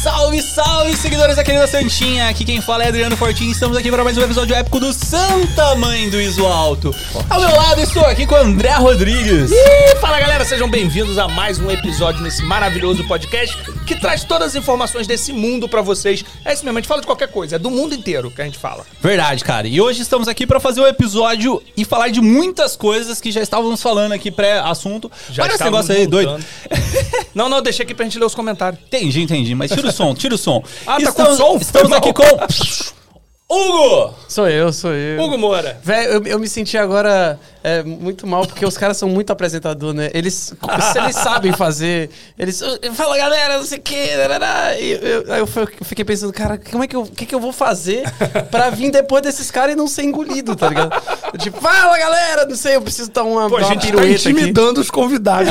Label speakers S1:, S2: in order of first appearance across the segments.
S1: Salve, salve, seguidores da querida Santinha. Aqui quem fala é Adriano Fortin. Estamos aqui para mais um episódio épico do Santa Mãe do Iso Alto. Ao meu lado estou aqui com o André Rodrigues.
S2: Fala galera, sejam bem-vindos a mais um episódio nesse maravilhoso podcast que traz todas as informações desse mundo pra vocês. É isso mesmo, a gente fala de qualquer coisa, é do mundo inteiro que a gente fala.
S1: Verdade, cara. E hoje estamos aqui para fazer um episódio e falar de muitas coisas que já estávamos falando aqui pré-assunto.
S2: Já
S1: esse negócio aí, doido.
S2: Não, deixa aqui pra gente ler os comentários.
S1: Entendi. Mas tira o som.
S2: Ah, tá com som?
S1: Estamos aqui com... Hugo!
S3: Sou eu.
S2: Hugo Moura.
S3: Véi, eu me senti agora muito mal, porque os caras são muito apresentador, né? Eles sabem fazer. Eles fala, galera, não sei o quê. Aí eu fiquei pensando, cara, o que eu vou fazer pra vir depois desses caras e não ser engolido, tá ligado? Tipo, fala, galera, não sei, eu preciso dar uma pirueta
S2: tá intimidando os convidados.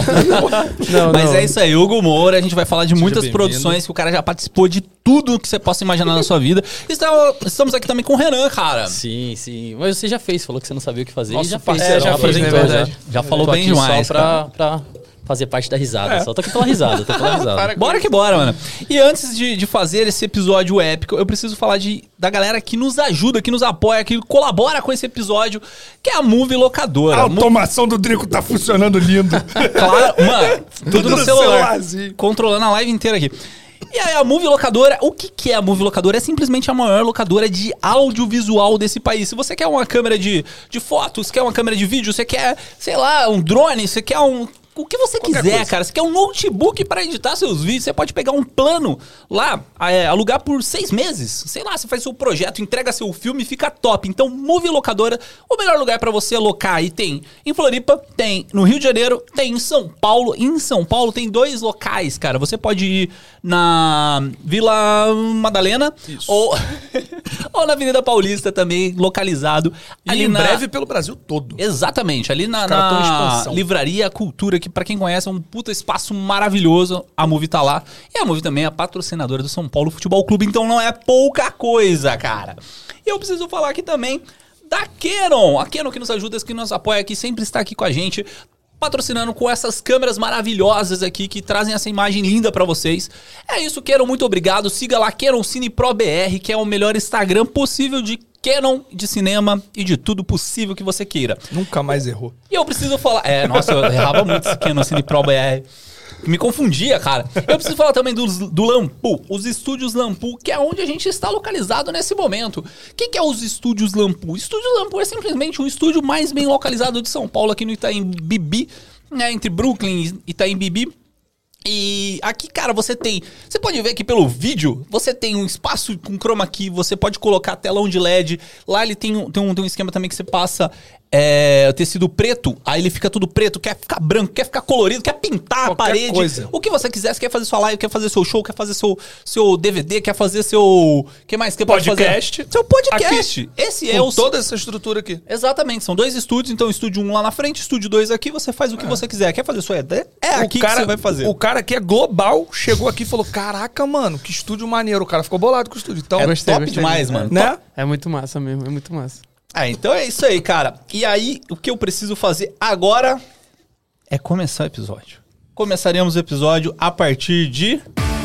S1: Mas é isso aí, Hugo Moura. A gente vai falar de muitas produções que o cara já participou de tudo que você possa imaginar na sua vida. Estamos aqui também com o Renan, cara.
S4: Sim. Mas você já fez, falou que você não sabia o que fazer.
S2: Nosso
S4: E já fez.
S2: parceiro,
S3: já
S4: apresentou,
S3: fiz, é verdade.
S1: Já falou
S4: Tô
S1: bem
S4: aqui
S1: demais,
S4: só
S1: cara.
S4: pra fazer parte da risada. Só tô aqui pela risada,
S1: Bora que bora, mano. E antes de fazer esse episódio épico, eu preciso falar da galera que nos ajuda, que nos apoia, que colabora com esse episódio, que é a Movie Locadora.
S5: A automação do Drico tá funcionando lindo.
S1: Claro, mano, tudo no celular.
S5: celularzinho.
S1: Controlando a live inteira aqui. E aí, a Movie Locadora, o que é a Movie Locadora? É simplesmente a maior locadora de audiovisual desse país. Se você quer uma câmera de fotos, quer uma câmera de vídeo, você quer, sei lá, um drone, você quer o que você quiser,
S2: coisa.
S1: cara. Você quer um notebook pra editar seus vídeos, você pode pegar um plano lá, alugar por 6 meses. Sei lá, você faz seu projeto, entrega seu filme e fica top. Então, Movie Locadora, o melhor lugar pra você alocar aí tem em Floripa, tem no Rio de Janeiro, tem em São Paulo. Em São Paulo tem 2 locais, cara. Você pode ir na Vila Madalena ou na Avenida Paulista também, localizado.
S2: E em breve pelo Brasil todo.
S1: Exatamente, ali
S2: caras tão em
S1: na
S2: expansão.
S1: Livraria Cultura, que pra quem conhece é um puta espaço maravilhoso, a Movie tá lá. E a Movie também é a patrocinadora do São Paulo Futebol Clube, então não é pouca coisa, cara. E eu preciso falar aqui também da Canon, a Canon que nos ajuda, que nos apoia, que sempre está aqui com a gente, patrocinando com essas câmeras maravilhosas aqui que trazem essa imagem linda pra vocês. É isso, Canon, muito obrigado. Siga lá Canon Cine Pro BR, que é o melhor Instagram possível de Canon, de cinema e de tudo possível que você queira.
S2: Nunca mais errou.
S1: E eu preciso falar... nossa, eu errava muito esse Canon Cine Pro BR. Me confundia, cara. Eu preciso falar também do Lampu, os estúdios Lampu, que é onde a gente está localizado nesse momento. O que é os estúdios Lampu? O estúdio Lampu é simplesmente o estúdio mais bem localizado de São Paulo, aqui no Itaim Bibi, né, entre Brooklyn e Itaim Bibi. E aqui, cara, você pode ver aqui pelo vídeo, você tem um espaço com chroma key, você pode colocar telão de LED. Lá ele tem um esquema também que você passa tecido preto, aí ele fica tudo preto, quer ficar branco, quer ficar colorido, quer pintar a parede.
S2: Coisa.
S1: O que você quiser, você quer fazer sua live, quer fazer seu show, quer fazer seu DVD, quer fazer seu... que mais que pode
S2: Podcast.
S1: fazer? Seu podcast.
S2: Aqui.
S1: Esse é
S2: Com
S1: o...
S2: toda essa estrutura aqui.
S1: Exatamente, são 2 estúdios, então estúdio 1 lá na frente, estúdio 2 aqui, você faz o que você quiser. Quer fazer sua ideia? Aqui que você vai fazer.
S2: O cara que é global chegou aqui e falou, caraca, mano, que estúdio maneiro. O cara ficou bolado com o estúdio. Então,
S1: Top demais, mano.
S2: né?
S3: É muito massa mesmo, é muito massa.
S1: Então é isso aí, cara. E aí, o que eu preciso fazer agora é começar o episódio. Começaremos o episódio a partir de...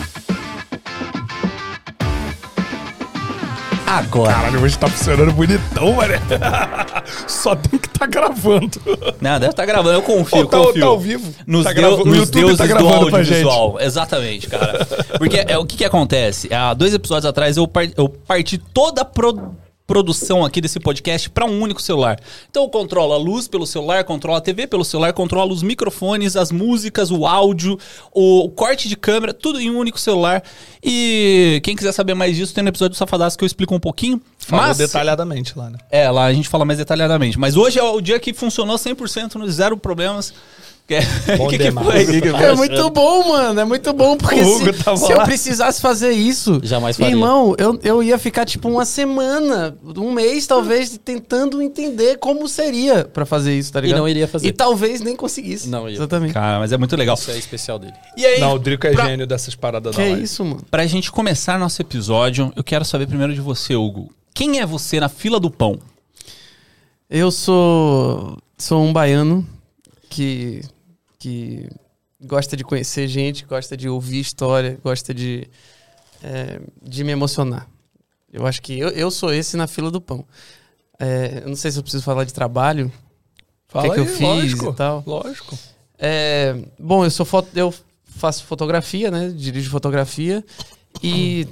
S1: agora.
S5: Caralho, hoje tá funcionando bonitão, mano. Só tem que tá gravando.
S1: Não, deve estar gravando, eu confio,
S5: Tá ao vivo.
S1: Nos,
S5: Tá gravando. O
S1: nos
S5: YouTube
S1: deuses
S5: tá
S1: do
S5: gravando pra
S1: audiovisual. Exatamente, cara. Porque o que acontece? Há 2 episódios atrás eu parti toda a produção aqui desse podcast para um único celular. Então eu controlo a luz pelo celular, controlo a TV pelo celular, controlo os microfones, as músicas, o áudio, o corte de câmera, tudo em um único celular. E quem quiser saber mais disso, tem no episódio do Safadaço que eu explico um pouquinho.
S2: Falou detalhadamente lá, né?
S1: Lá a gente fala mais detalhadamente. Mas hoje é o dia que funcionou 100%, zero problemas.
S2: Bom
S1: que
S2: demais.
S1: foi?
S3: É muito bom, mano. É muito bom, porque
S5: O Hugo tava
S3: se eu
S5: lá.
S3: precisasse fazer isso,
S4: Jamais faria.
S3: irmão, eu ia ficar tipo uma semana, um mês talvez, tentando entender como seria pra fazer isso, tá ligado?
S4: não iria fazer.
S3: E talvez nem conseguisse.
S4: Não ia.
S3: Exatamente.
S1: Cara, mas é muito legal.
S4: Isso é especial dele.
S1: E aí,
S2: Não, o Drico é gênio dessas paradas
S3: Que
S2: da
S3: é
S2: live.
S3: isso, mano?
S1: pra gente começar nosso episódio, eu quero saber primeiro de você, Hugo. Quem é você na fila do pão?
S3: Eu sou um baiano que gosta de conhecer gente, gosta de ouvir história, gosta de de me emocionar. Eu acho que eu sou esse na fila do pão. Eu não sei se eu preciso falar de trabalho.
S2: Fala
S3: o que
S2: aí,
S3: eu fiz
S2: lógico,
S3: e tal.
S2: Lógico.
S3: Bom, eu faço fotografia, né? Dirijo fotografia. E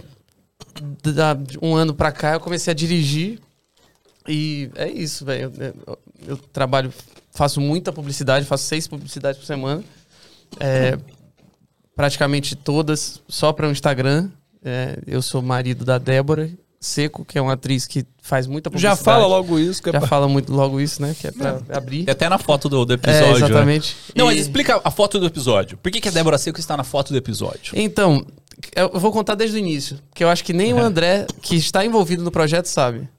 S3: de um ano pra cá eu comecei a dirigir. E é isso, velho. Eu trabalho, faço muita publicidade, faço 6 publicidades por semana. Praticamente todas só para o Instagram. Eu sou marido da Débora Seco, que é uma atriz que faz muita publicidade.
S2: Já fala logo isso. Que
S3: Já fala muito logo isso, né? Que é pra abrir.
S1: E até na foto do episódio.
S3: Exatamente.
S1: Né? Não, mas explica a foto do episódio. Por que a Débora Seco está na foto do episódio?
S3: Então, eu vou contar desde o início, porque eu acho que nem o André, que está envolvido no projeto, sabe.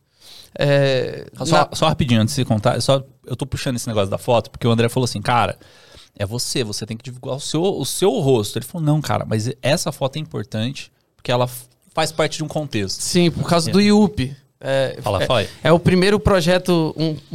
S1: Só rapidinho, antes de contar, eu tô puxando esse negócio da foto, porque o André falou assim, cara, é você tem que divulgar o seu rosto. Ele falou, não, cara, mas essa foto é importante, porque ela faz parte de um contexto.
S3: Sim, por causa do IUP.
S1: Fala.
S3: É o primeiro projeto,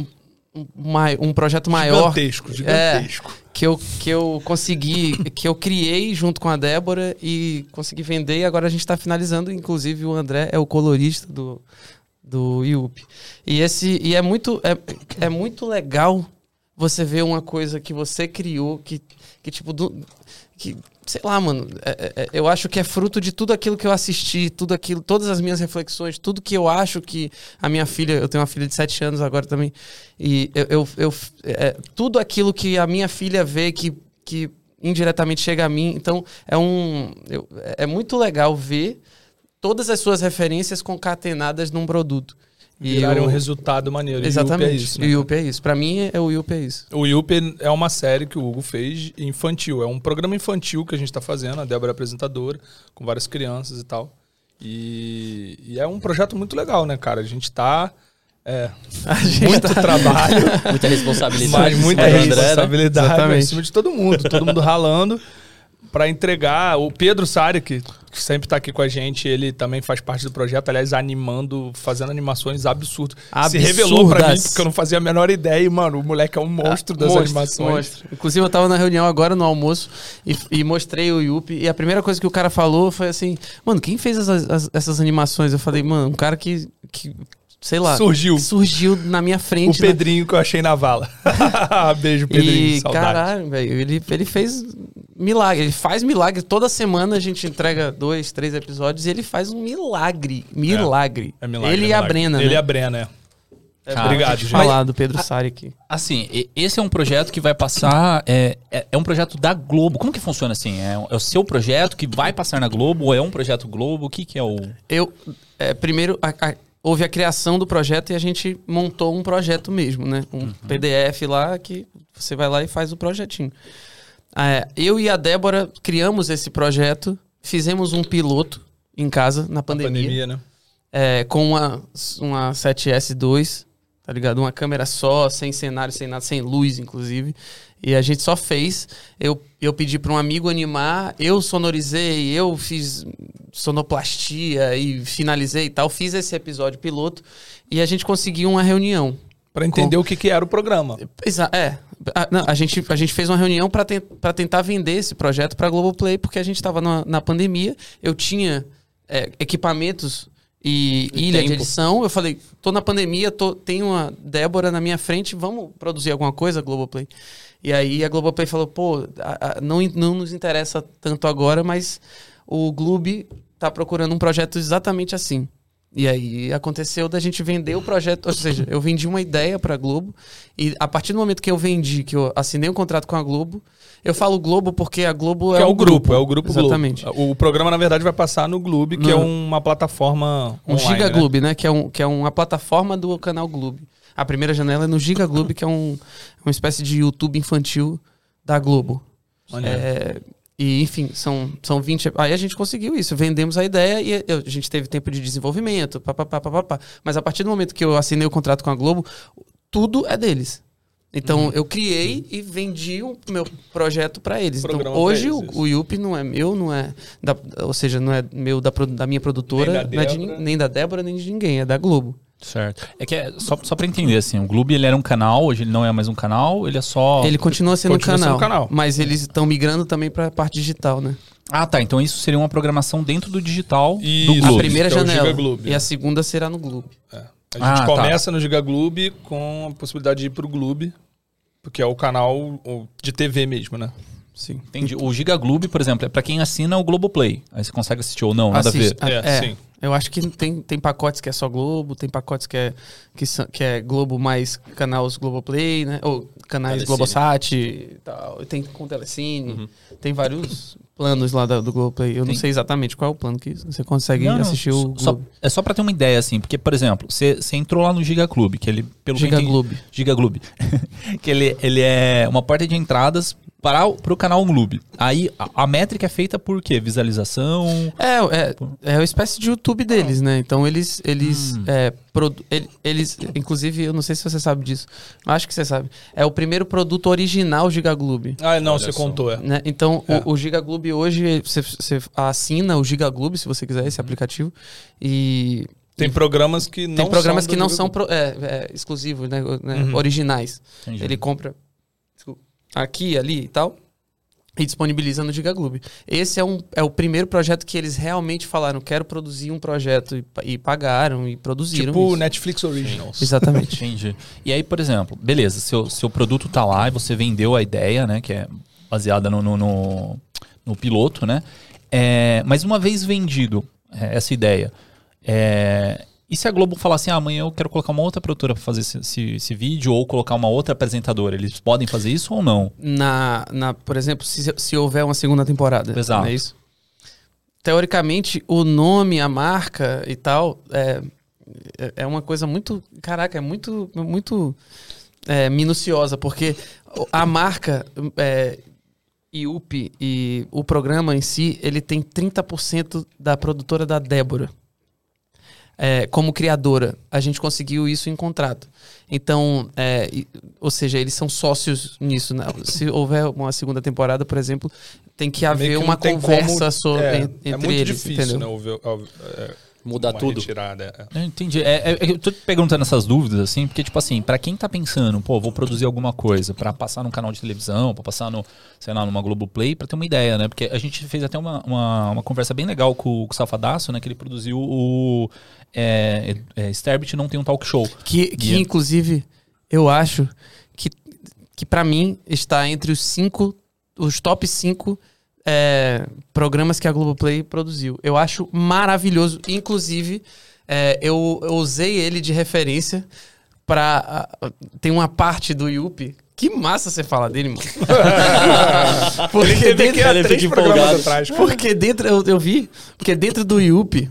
S3: um projeto maior.
S2: Gigantesco.
S3: Que eu consegui, que eu criei junto com a Débora e consegui vender, e agora a gente tá finalizando, inclusive o André é o colorista do IUP. E é muito legal você ver uma coisa que você criou, que tipo, sei lá, mano, eu acho que é fruto de tudo aquilo que eu assisti, todas as minhas reflexões, tudo que eu acho que a minha filha, eu tenho uma filha de 7 anos agora também, e tudo aquilo que a minha filha vê que indiretamente chega a mim, então é muito legal ver todas as suas referências concatenadas num produto.
S2: Viraram um resultado maneiro.
S3: Exatamente.
S2: O IUP é isso, né?
S3: O IUP é isso. Pra mim, o IUP é isso.
S2: O IUP é uma série que o Hugo fez infantil. É um programa infantil que a gente tá fazendo. A Débora é apresentadora, com várias crianças e tal. E é um projeto muito legal, né, cara? A gente tá... muito trabalho.
S4: Muita responsabilidade.
S2: Mas muita responsabilidade
S3: Exatamente.
S2: em cima de todo mundo ralando para entregar. O Pedro Sari, que sempre tá aqui com a gente, ele também faz parte do projeto, aliás, fazendo animações absurdas. Se revelou pra mim, porque eu não fazia a menor ideia, e, mano, o moleque é um monstro das animações.
S3: Monstro. Inclusive, eu tava na reunião agora, no almoço, e mostrei o IUP, e a primeira coisa que o cara falou foi assim, mano, quem fez essas animações? Eu falei, mano, um cara que sei lá, surgiu na minha frente.
S2: O Pedrinho, que eu achei na vala. Beijo, Pedrinho,
S3: e,
S2: saudade.
S3: Caralho, velho, ele fez milagre, ele faz milagre. Toda semana a gente entrega 2, 3 episódios e ele faz um milagre.
S2: É milagre.
S3: Ele e a Brena,
S2: Ele
S3: né?
S2: e a Brena,
S3: Obrigado, gente. Falar do Pedro Sari aqui.
S1: Assim, esse é um projeto que vai passar... É um projeto da Globo. Como que funciona assim? É o seu projeto que vai passar na Globo? Ou é um projeto Globo? O que é o...
S3: Primeiro... Houve a criação do projeto e a gente montou um projeto mesmo, né? Um PDF lá que você vai lá e faz o projetinho. Eu e a Débora criamos esse projeto, fizemos um piloto em casa, na pandemia.
S2: Né?
S3: Com uma 7S2, tá ligado? Uma câmera só, sem cenário, sem nada, sem luz, inclusive. E a gente só fez. Eu pedi para um amigo animar, eu sonorizei, eu fiz sonoplastia e finalizei e tal. Fiz esse episódio piloto e a gente conseguiu uma reunião.
S2: Para entender o que era o programa.
S3: A gente fez uma reunião para tentar vender esse projeto para Globoplay, porque a gente estava na pandemia. Eu tinha equipamentos e ilha de edição. Eu falei, tô na pandemia, tenho uma Débora na minha frente, vamos produzir alguma coisa, Globoplay? E aí a Globoplay falou, pô, não nos interessa tanto agora, mas o Globo tá procurando um projeto exatamente assim. E aí aconteceu da gente vender o projeto, ou seja, eu vendi uma ideia pra Globo, e a partir do momento que eu vendi, que eu assinei um contrato com a Globo, eu falo Globo porque a Globo
S2: é o grupo. É o grupo
S3: exatamente.
S2: Globo. O programa, na verdade, vai passar no Globo, que é uma plataforma online,
S3: Giga Globo, né? Que é uma plataforma do canal Globo. A primeira janela é no Giga Globo, que é uma espécie de YouTube infantil da Globo. E, enfim, são 20... Aí a gente conseguiu isso, vendemos a ideia e a gente teve tempo de desenvolvimento, papapá. Mas a partir do momento que eu assinei o contrato com a Globo, tudo é deles. Então, eu criei e vendi o meu projeto para eles. Então, hoje o IUP não é meu, não é... ou seja, não é meu da minha produtora, nem da Débora, nem de ninguém, é da Globo.
S1: Certo. Só pra entender, assim, o Globo ele era um canal, hoje ele não é mais um canal, ele é só...
S3: Ele continua sendo um canal, mas eles estão migrando também pra parte digital, né?
S1: Ah, tá. Então isso seria uma programação dentro do digital do
S2: Isso.
S1: Globo.
S3: A primeira
S2: que é o
S3: janela.
S2: Giga Globo.
S3: E a segunda será no Globo.
S2: A gente
S1: tá.
S2: começa no Giga Globo com a possibilidade de ir pro Globo, porque é o canal de TV mesmo, né?
S3: Sim.
S1: Entendi. O Giga Globo, por exemplo, é pra quem assina o Globoplay. Aí você consegue assistir ou não, nada a ver.
S2: Sim.
S3: Eu acho que tem pacotes que é só Globo, tem pacotes que é Globo mais canais Globoplay, né? Ou canais
S4: Telecine.
S3: Globosat e tal. E tem com Telecine. Tem vários planos lá do Globoplay. Eu não sei exatamente qual é o plano que você consegue assistir o Globo.
S1: É só pra ter uma ideia, assim. Porque, por exemplo, você entrou lá no Giga Clube, que ele... Pelo
S3: Giga Globo.
S1: Giga Globo. Que ele é uma porta de entradas para o canal Globo. Aí a métrica é feita por quê? Visualização?
S3: É uma espécie de YouTube deles, né? Então eles inclusive, eu não sei se você sabe disso, acho que você sabe. É o primeiro produto original Giga Globo.
S2: Ah, não,
S4: Olha
S2: você
S4: só.
S3: Né?
S2: contou,
S3: Então o Giga Globo hoje, você assina o Giga Globo, se você quiser, esse aplicativo. E
S2: Tem programas que não
S3: tem programas
S2: são
S3: que
S2: do
S3: não
S2: Giga
S3: são
S2: Globo.
S3: exclusivos, né? Originais.
S1: Entendi.
S3: Ele compra aqui, ali e tal, e disponibiliza no Giga Globo. Esse é o primeiro projeto que eles realmente falaram, quero produzir um projeto, e pagaram e produziram
S2: Tipo
S3: isso.
S2: Netflix Originals.
S3: Exatamente.
S1: Entendi. E aí, por exemplo, beleza, seu produto tá lá e você vendeu a ideia, né? Que é baseada no piloto, né? Mas uma vez vendido essa ideia, e se a Globo falar assim, amanhã eu quero colocar uma outra produtora para fazer esse vídeo, ou colocar uma outra apresentadora, eles podem fazer isso ou não?
S3: Por exemplo, se houver uma segunda temporada.
S1: Exato.
S3: Não é isso? Teoricamente, o nome, a marca e tal, é uma coisa muito... Caraca, é muito, muito minuciosa, porque a marca... IUP e o programa em si, ele tem 30% da produtora da Débora. Como criadora, a gente conseguiu isso em contrato. Então, ou seja, eles são sócios nisso, né? Se houver uma segunda temporada, por exemplo, tem que haver uma conversa entre
S2: muito
S3: eles,
S2: difícil,
S3: entendeu?
S2: né?
S4: Mudar
S2: uma
S4: tudo.
S2: retirada,
S1: Eu entendi. Eu tô te perguntando essas dúvidas, assim, porque, tipo assim, pra quem tá pensando, vou produzir alguma coisa pra passar num canal de televisão, pra passar numa Globoplay, pra ter uma ideia, né? Porque a gente fez até uma conversa bem legal com o Safadaço, né? Que ele produziu o Sterbit Não Tem um Talk Show.
S3: Que inclusive, eu acho que pra mim está entre os top 5 programas que a Globoplay produziu. Eu acho maravilhoso. Inclusive, eu usei ele de referência pra... tem uma parte do Yuppie. Que massa você falar dele, mano.
S2: Porque dentro
S4: Ele fica
S2: 3
S4: empolgado.
S2: programas atrás.
S3: Porque dentro, eu vi, porque dentro do Yuppie,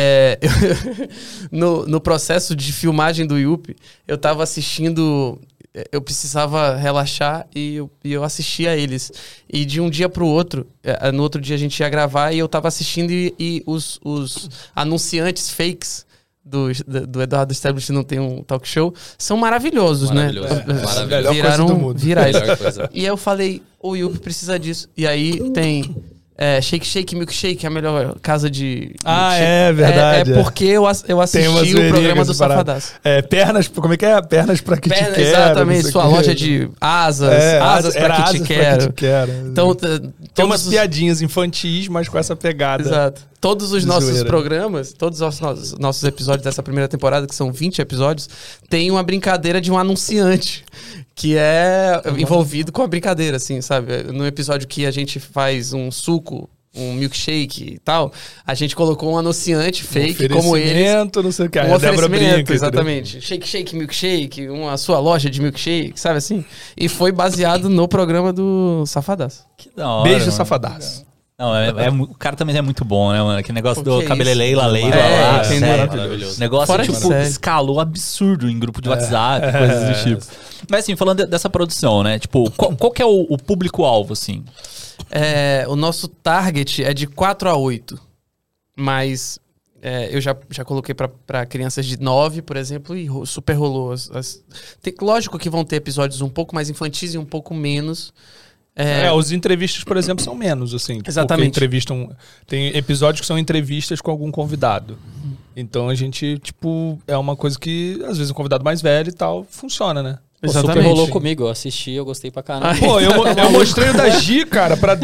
S3: no processo de filmagem do Yuppie, eu tava assistindo... Eu precisava relaxar e eu assistia a eles. E de um dia pro outro, no outro dia a gente ia gravar e eu tava assistindo e os anunciantes fakes do Eduardo Sterblit Não Tem um Talk Show são maravilhosos,
S4: Maravilhoso.
S3: né?
S4: Maravilhoso.
S2: Melhor coisa
S3: Viraram
S2: do mundo.
S3: virais.
S4: Melhor coisa.
S3: E aí eu falei, o Yuppie precisa disso. E aí tem... Shake Shake Milkshake, a melhor casa de...
S2: Ah,
S3: milkshake.
S2: é verdade.
S3: É porque eu assisti o programa do Safadaço.
S2: Pernas, como é que é? Pernas pra que te quero.
S3: Exatamente,
S2: não sei
S3: sua
S2: o quê.
S3: loja de asas, asas
S2: era
S3: pra que te
S2: asas
S3: quero.
S2: pra que te quero.
S3: Então,
S2: Tem umas piadinhas infantis, mas com essa pegada.
S3: Exato. Todos os
S2: de
S3: nossos
S2: zoeira.
S3: programas, todos os nossos episódios dessa primeira temporada, que são 20 episódios, tem uma brincadeira de um anunciante que é envolvido com a brincadeira, assim, sabe? No episódio que a gente faz um suco, um milkshake e tal, a gente colocou um anunciante fake como eles.
S2: Oferecimento, não sei o que.
S3: Um
S2: Aí a Débora
S3: oferecimento,
S2: brinca.
S3: exatamente. Shake Shake Milkshake, a sua loja de milkshake, sabe assim? E foi baseado no programa do Safadaço.
S1: Que da hora.
S2: Beijo,
S1: mano.
S2: Safadaço.
S1: Não, o cara também é muito bom, né, mano? Aquele negócio
S3: Pô,
S1: do
S3: que é
S1: cabeleleila,
S3: isso?
S1: leila lá,
S3: entendeu?
S1: sério.
S4: Maravilhoso.
S1: O negócio,
S3: Fora de
S1: tipo,
S3: série.
S1: escalou absurdo em grupo de WhatsApp, coisas do tipo. Mas, assim, falando dessa produção, né? Tipo, qual que é o público-alvo, assim?
S3: O nosso target é de 4 a 8. Mas eu já coloquei pra crianças de 9, por exemplo, e super rolou. Lógico que vão ter episódios um pouco mais infantis e um pouco menos.
S2: Os entrevistas, por exemplo, são menos, assim.
S3: Exatamente.
S2: Entrevistam. Tem episódios que são entrevistas com algum convidado. Então a gente, tipo, é uma coisa que, às vezes, um convidado mais velho e tal, funciona, né?
S4: Pô, super
S3: Exatamente.
S4: rolou comigo, eu assisti, eu gostei pra caramba.
S5: Pô, eu mostrei o da Gi, cara, pra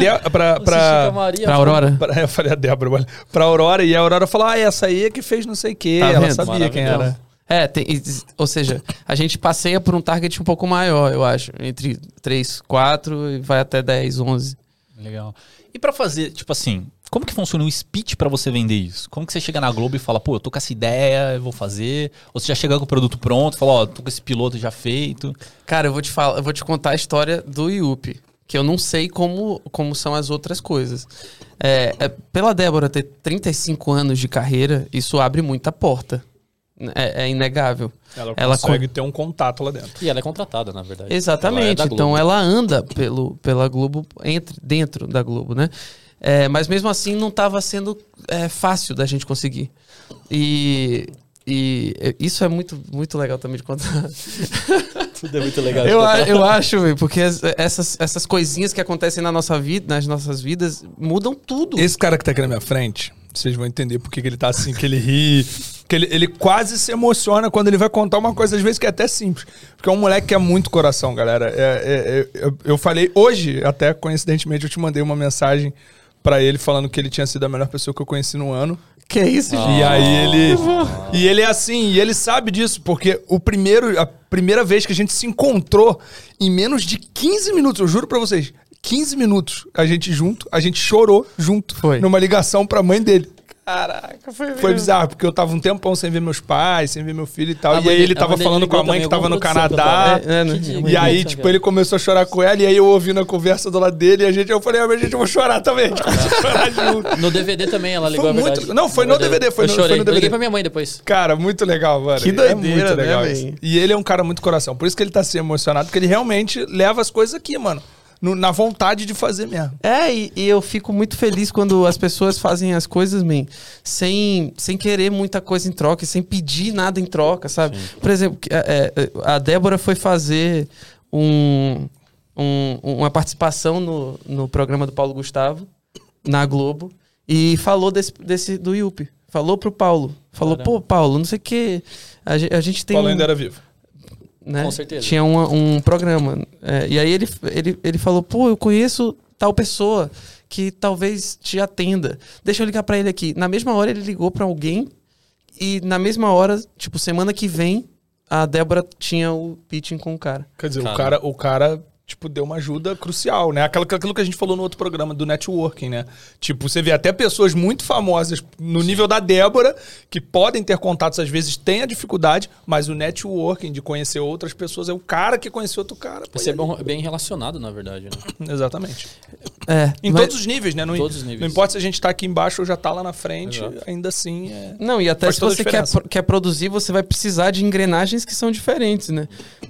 S3: Pra Aurora.
S5: Eu falei a Débora, olha, pra Aurora, e a Aurora falou, essa aí é que fez não sei o quê.
S3: Tá
S5: Ela
S3: vendo?
S5: sabia quem era.
S3: Ou seja, a gente passeia por um target um pouco maior, eu acho. Entre 3, 4 e vai até 10, 11.
S1: Legal. E pra fazer, tipo assim, como que funciona um speech pra você vender isso? Como que você chega na Globo e fala, pô, eu tô com essa ideia, eu vou fazer? Ou você já chega com o produto pronto, fala, ó, tô com esse piloto já feito?
S3: Cara, eu vou te contar a história do IUP, que eu não sei como são as outras coisas. Pela Débora ter 35 anos de carreira, isso abre muita porta. É inegável.
S5: Ela consegue ter um contato lá dentro.
S4: E ela é contratada, na verdade.
S3: Exatamente.
S4: Ela é da
S3: Então
S4: Globo.
S3: ela anda pela Globo, dentro da Globo, né? Mas mesmo assim não estava sendo fácil da gente conseguir. E isso é muito, muito legal também de contar.
S4: Tudo é muito legal.
S3: Eu acho, porque essas coisinhas que acontecem na nossa vida, nas nossas vidas, mudam tudo.
S5: Esse cara que tá aqui na minha frente, vocês vão entender por que ele tá assim, que ele ri, que ele quase se emociona quando ele vai contar uma coisa, às vezes, que é até simples. Porque é um moleque que é muito coração, galera. Eu falei, hoje, até coincidentemente, eu te mandei uma mensagem pra ele falando que ele tinha sido a melhor pessoa que eu conheci no ano.
S3: Que é isso, gente?
S5: E aí ele... E ele é assim, e ele sabe disso, porque a primeira vez que a gente se encontrou, em menos de 15 minutos, eu juro pra vocês, 15 minutos, a gente chorou junto.
S3: Foi.
S5: Numa ligação pra mãe dele.
S3: Caraca,
S5: Foi bizarro, porque eu tava um tempão sem ver meus pais, sem ver meu filho e tal.
S4: A
S5: E
S4: mãe
S5: aí ele
S4: dele- a
S5: tava
S4: mãe dele
S5: falando com a
S4: ligou
S5: mãe que
S4: também,
S5: tava no
S4: alguma produção pra
S5: Canadá.
S4: falar.
S3: né?
S5: E aí, tipo, ele começou a chorar com ela, e aí eu ouvindo a conversa do lado dele, e eu falei, mas gente, eu vou chorar também. A gente começou a chorar junto.
S4: No DVD também ela ligou,
S5: Foi
S4: a verdade.
S5: muito- não, foi
S4: Na
S5: no DVD, foi
S4: eu
S5: no
S4: chorei.
S5: DVD.
S4: Eu liguei pra minha mãe depois.
S5: Cara, muito legal, mano.
S3: Que
S5: É
S3: doideira,
S5: muito legal
S3: né,
S5: isso.
S3: véi?
S5: E ele é um cara muito coração. Por isso que ele tá assim emocionado, porque ele realmente leva as coisas aqui, mano. Na vontade de fazer mesmo.
S3: E eu fico muito feliz quando as pessoas fazem as coisas, man, sem querer muita coisa em troca, sem pedir nada em troca, sabe? Por exemplo, a Débora foi fazer uma participação no programa do Paulo Gustavo, na Globo, e falou do IUP. Falou pro Paulo. Falou,
S4: Caramba.
S3: pô, Paulo, não sei o quê. A gente tem
S5: Paulo ainda era vivo.
S3: né?
S4: Com certeza.
S3: Tinha um programa. E aí ele falou, pô, eu conheço tal pessoa que talvez te atenda. Deixa eu ligar pra ele aqui. Na mesma hora ele ligou pra alguém e na mesma hora, tipo, semana que vem, a Débora tinha o pitching com o cara.
S5: Quer dizer,
S4: Cara.
S5: o cara, tipo, deu uma ajuda crucial, né? Aquilo que a gente falou no outro programa do networking, né? Tipo, você vê até pessoas muito famosas no nível da Débora, que podem ter contatos, às vezes têm a dificuldade, mas o networking de conhecer outras pessoas é o cara que conheceu outro cara. Pô,
S4: Você é
S5: e
S4: bem relacionado, na verdade, né?
S5: Exatamente.
S3: Em
S5: Todos os níveis, né? Não,
S4: Todos os níveis.
S5: Não importa se a gente tá aqui embaixo ou já tá lá na frente,
S4: Exato.
S5: ainda assim é...
S3: Não, e até
S5: Faz
S3: se
S5: toda a
S3: você
S5: diferença.
S3: quer produzir, você vai precisar de engrenagens que são diferentes, né?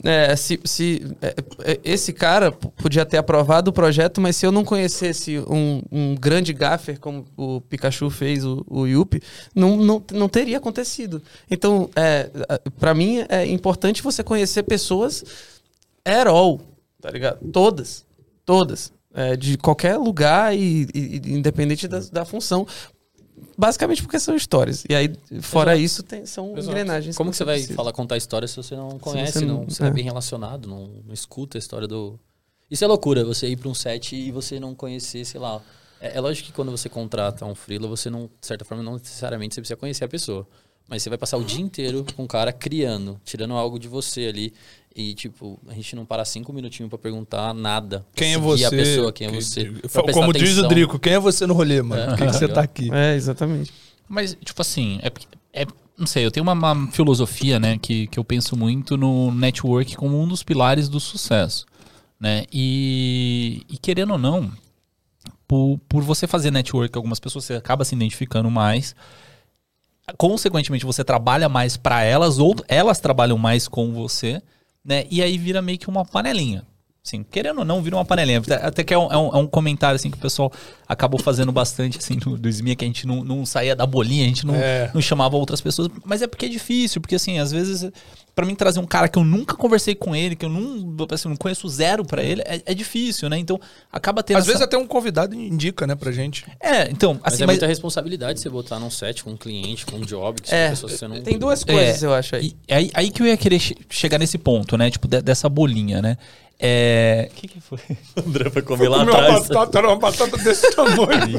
S3: Esse cara podia ter aprovado o projeto, mas se eu não conhecesse um grande gaffer como o Pikachu fez, o Yuppie, não teria acontecido. Então, pra mim, é importante você conhecer pessoas all, tá ligado? Todas. De qualquer lugar e independente da função. Basicamente porque são histórias. E aí, fora
S4: Exato.
S3: isso, são
S4: Exato.
S3: engrenagens.
S4: Como que você vai
S3: precisa.
S4: contar história se você não conhece,
S3: você
S4: não
S3: não-
S4: é bem relacionado, não escuta a história do... Isso é loucura, você ir pra um set e você não conhecer, sei lá... É lógico que quando você contrata um freela, você não, de certa forma, não necessariamente você precisa conhecer a pessoa. Mas você vai passar o dia inteiro com o cara criando, tirando algo de você ali. E, tipo, a gente não para 5 minutinhos pra perguntar nada.
S5: Quem é
S4: Seguir
S5: você?
S4: a pessoa, quem é você. Pra prestar
S5: Como diz o
S4: atenção.
S5: Drico, quem é você no rolê, mano? Por que você tá aqui?
S3: Exatamente.
S1: Mas, tipo assim, não sei, eu tenho uma filosofia, né, que eu penso muito no network como um dos pilares do sucesso, né? E querendo ou não, por você fazer network com algumas pessoas, você acaba se identificando mais. Consequentemente, você trabalha mais pra elas, ou elas trabalham mais com você, né? E aí vira meio que uma panelinha. Assim, querendo ou não, vira uma panelinha. Até que é um comentário assim, que o pessoal acabou fazendo bastante assim, do SMIA, que a gente não saía da bolinha, a gente não chamava outras pessoas. Mas é porque é difícil, porque assim, às vezes, pra mim trazer um cara que eu nunca conversei com ele, que eu não conheço zero pra ele, é difícil, né? Então, acaba tendo
S5: Às vezes até um convidado indica, né, pra gente.
S1: Então...
S4: Mas
S1: assim,
S4: é muita responsabilidade você botar num set com um cliente, com um job, que são pessoas que você não...
S3: Tem duas coisas, eu acho, aí.
S1: Aí que eu ia querer chegar nesse ponto, né? Tipo, dessa bolinha, né? O que foi?
S4: O André foi comer lá
S5: Comeu
S4: atrás.
S5: era uma batata desse tamanho.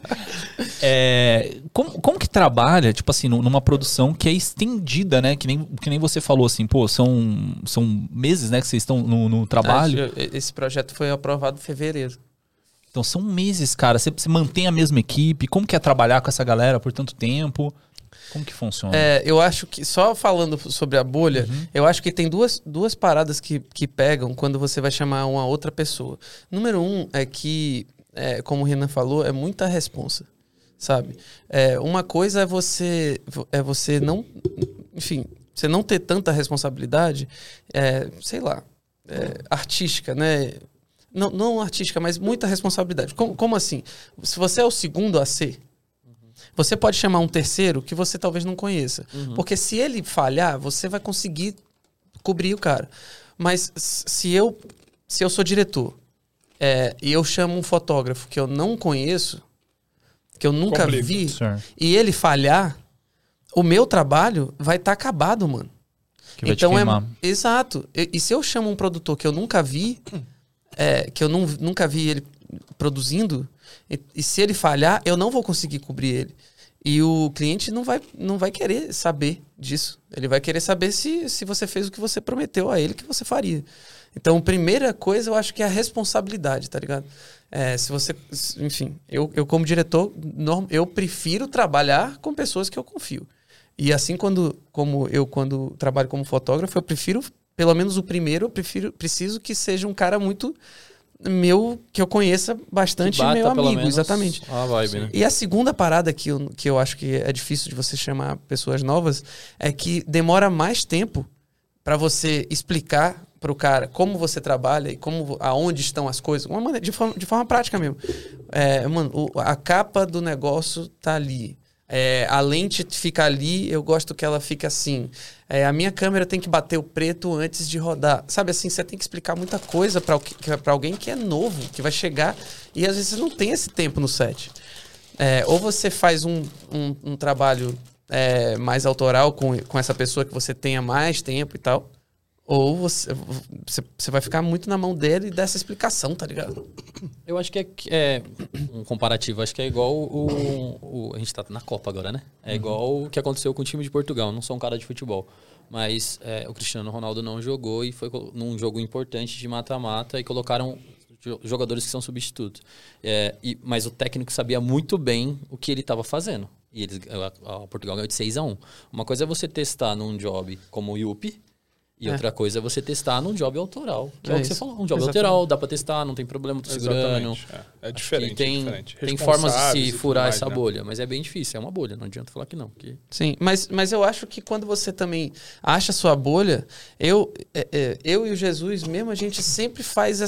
S1: Como que trabalha, tipo assim, numa produção que é estendida, né? Que nem você falou, assim, pô, são meses, né, que vocês estão no trabalho.
S3: Esse projeto foi aprovado em fevereiro.
S1: Então são meses, cara. Você mantém a mesma equipe? Como que é trabalhar com essa galera por tanto tempo? Como que funciona?
S3: Eu acho que, só falando sobre a bolha, eu acho que tem duas paradas que pegam quando você vai chamar uma outra pessoa. Número um é que, como o Renan falou, é muita responsa, sabe? Uma coisa é você não... Enfim, você não ter tanta responsabilidade, sei lá, artística, né? Não artística, mas muita responsabilidade. Como assim? Se você é o segundo a ser... Você pode chamar um terceiro que você talvez não conheça. Porque se ele falhar, você vai conseguir cobrir o cara. Mas se eu sou diretor e eu chamo um fotógrafo que eu não conheço, que eu nunca vi, e ele falhar, o meu trabalho vai estar acabado, mano.
S1: Que vai te queimar.
S3: Exato. E se eu chamo um produtor que eu nunca vi, que eu nunca vi ele produzindo, e se ele falhar, eu não vou conseguir cobrir ele. E o cliente não vai querer saber disso. Ele vai querer saber se você fez o que você prometeu a ele que você faria. Então, a primeira coisa, eu acho que é a responsabilidade, tá ligado? Enfim, eu como diretor, eu prefiro trabalhar com pessoas que eu confio. E assim, quando trabalho como fotógrafo, eu prefiro, pelo menos o primeiro, preciso que seja um cara muito... que eu conheça bastante, meu amigo, exatamente.
S4: A vibe, né?
S3: E a segunda parada que eu acho que é difícil de você chamar pessoas novas é que demora mais tempo para você explicar pro cara como você trabalha e aonde estão as coisas, de forma prática mesmo. A capa do negócio tá ali. A lente fica ali, eu gosto que ela fique assim. A minha câmera tem que bater o preto antes de rodar. Sabe assim, você tem que explicar muita coisa para alguém que é novo, que vai chegar. E às vezes você não tem esse tempo no set. Ou você faz um trabalho mais autoral com essa pessoa que você tenha mais tempo e tal. Ou você vai ficar muito na mão dele e dessa explicação, tá ligado?
S4: Eu acho que é um comparativo. Acho que é igual a gente tá na Copa agora, né? É igual o que aconteceu com o time de Portugal. Não sou um cara de futebol. Mas o Cristiano Ronaldo não jogou e foi num jogo importante de mata-mata e colocaram jogadores que são substitutos. Mas o técnico sabia muito bem o que ele estava fazendo. E Portugal ganhou de 6-1. Uma coisa é você testar num job como o Yuppie. E outra coisa é você testar num job autoral. Que é o que você falou. Um job autoral, dá pra testar, não tem problema, tô segurando.
S5: É diferente.
S4: Tem formas de se furar essa bolha, mas é bem difícil. É uma bolha, não adianta falar que não.
S3: Sim, mas eu acho que quando você também acha sua bolha, eu e o Jesus mesmo, a gente sempre faz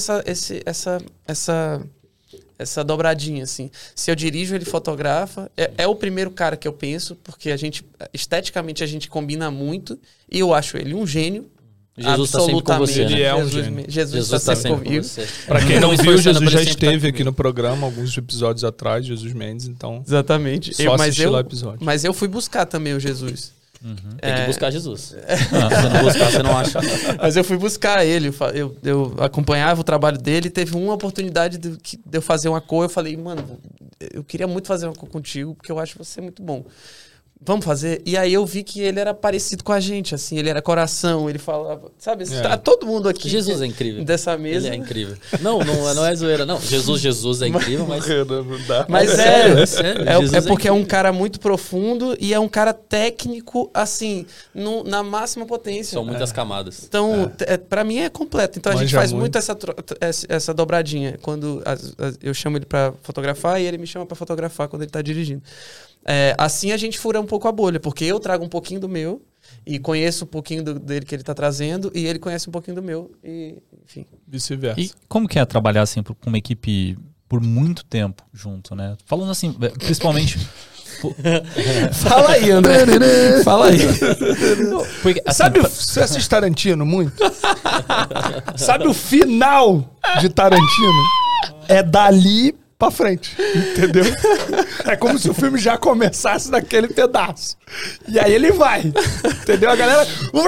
S3: essa dobradinha, assim. Se eu dirijo, ele fotografa. É o primeiro cara que eu penso, porque esteticamente, a gente combina muito. E eu acho ele um gênio.
S4: Jesus está sempre com você, né?
S5: Ele é um gênio.
S3: Jesus está sempre comigo.
S5: Pra quem não viu, Jesus já esteve aqui no programa alguns episódios atrás, Jesus Mendes, então...
S3: Exatamente.
S5: Só assistir lá o episódio.
S3: Mas eu fui buscar também o Jesus.
S4: Tem que buscar Jesus. Se você não buscar, você não acha.
S3: Mas eu fui buscar ele, eu acompanhava o trabalho dele, teve uma oportunidade de eu fazer uma cor, eu falei, mano, eu queria muito fazer uma cor contigo, porque eu acho você muito bom. Vamos fazer? E aí eu vi que ele era parecido com a gente, assim, ele era coração, ele falava, sabe, tá todo mundo aqui.
S4: Jesus é incrível.
S3: Dessa mesa.
S4: Ele é incrível. Não é zoeira, não. Jesus é incrível, mas...
S3: Mas
S4: é
S3: sério. É porque é um cara muito profundo e é um cara técnico, assim, na máxima potência.
S4: São muitas camadas.
S3: Então, pra mim é completo. Então a gente faz muito essa dobradinha. Quando eu chamo ele pra fotografar e ele me chama pra fotografar quando ele tá dirigindo. Assim a gente fura um pouco a bolha, porque eu trago um pouquinho do meu E conheço um pouquinho dele que ele tá trazendo, e ele conhece um pouquinho do meu, e enfim.
S5: Vice-versa.
S1: E como que é trabalhar assim com uma equipe por muito tempo junto, né? Falando assim, principalmente...
S3: Fala aí, André. Fala aí.
S1: Porque, assim,
S5: Sabe, você assiste Tarantino muito? Sabe o final de Tarantino? É dali pra frente, entendeu? É como se o filme já começasse naquele pedaço. E aí ele vai, entendeu? A galera...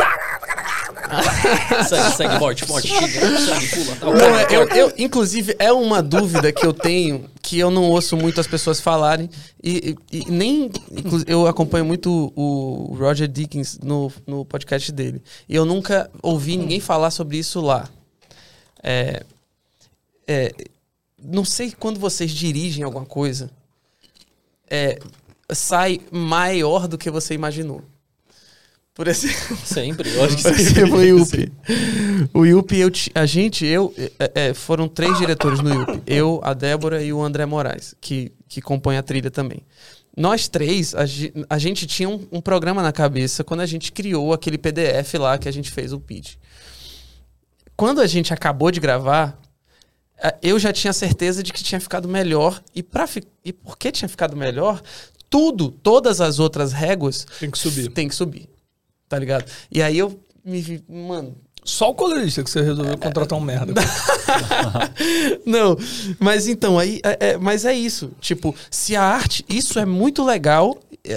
S4: Segue, morte, sangue, pula. Tal,
S3: Não, inclusive, é uma dúvida que eu tenho, que eu não ouço muito as pessoas falarem, e nem... Eu acompanho muito o Roger Deakins no podcast dele, e eu nunca ouvi ninguém falar sobre isso lá. Não sei, quando vocês dirigem alguma coisa, sai maior do que você imaginou. Por exemplo...
S4: Sempre, eu acho que
S3: Por
S4: sempre.
S3: exemplo, o Yuppie. O Yuppie, foram 3 diretores no Yuppie. Eu, a Débora e o André Moraes, que compõe a trilha também. Nós 3, a gente tinha um programa na cabeça quando a gente criou aquele PDF lá que a gente fez o pitch. Quando a gente acabou de gravar, eu já tinha certeza de que tinha ficado melhor. E porque tinha ficado melhor, todas as outras réguas...
S5: Tem que subir.
S3: Tem que subir. Tá ligado? E aí eu me vi, mano...
S5: Só o colorista que você resolveu contratar um merda.
S3: Não, mas então, mas é isso. Tipo, se a arte... Isso é muito legal,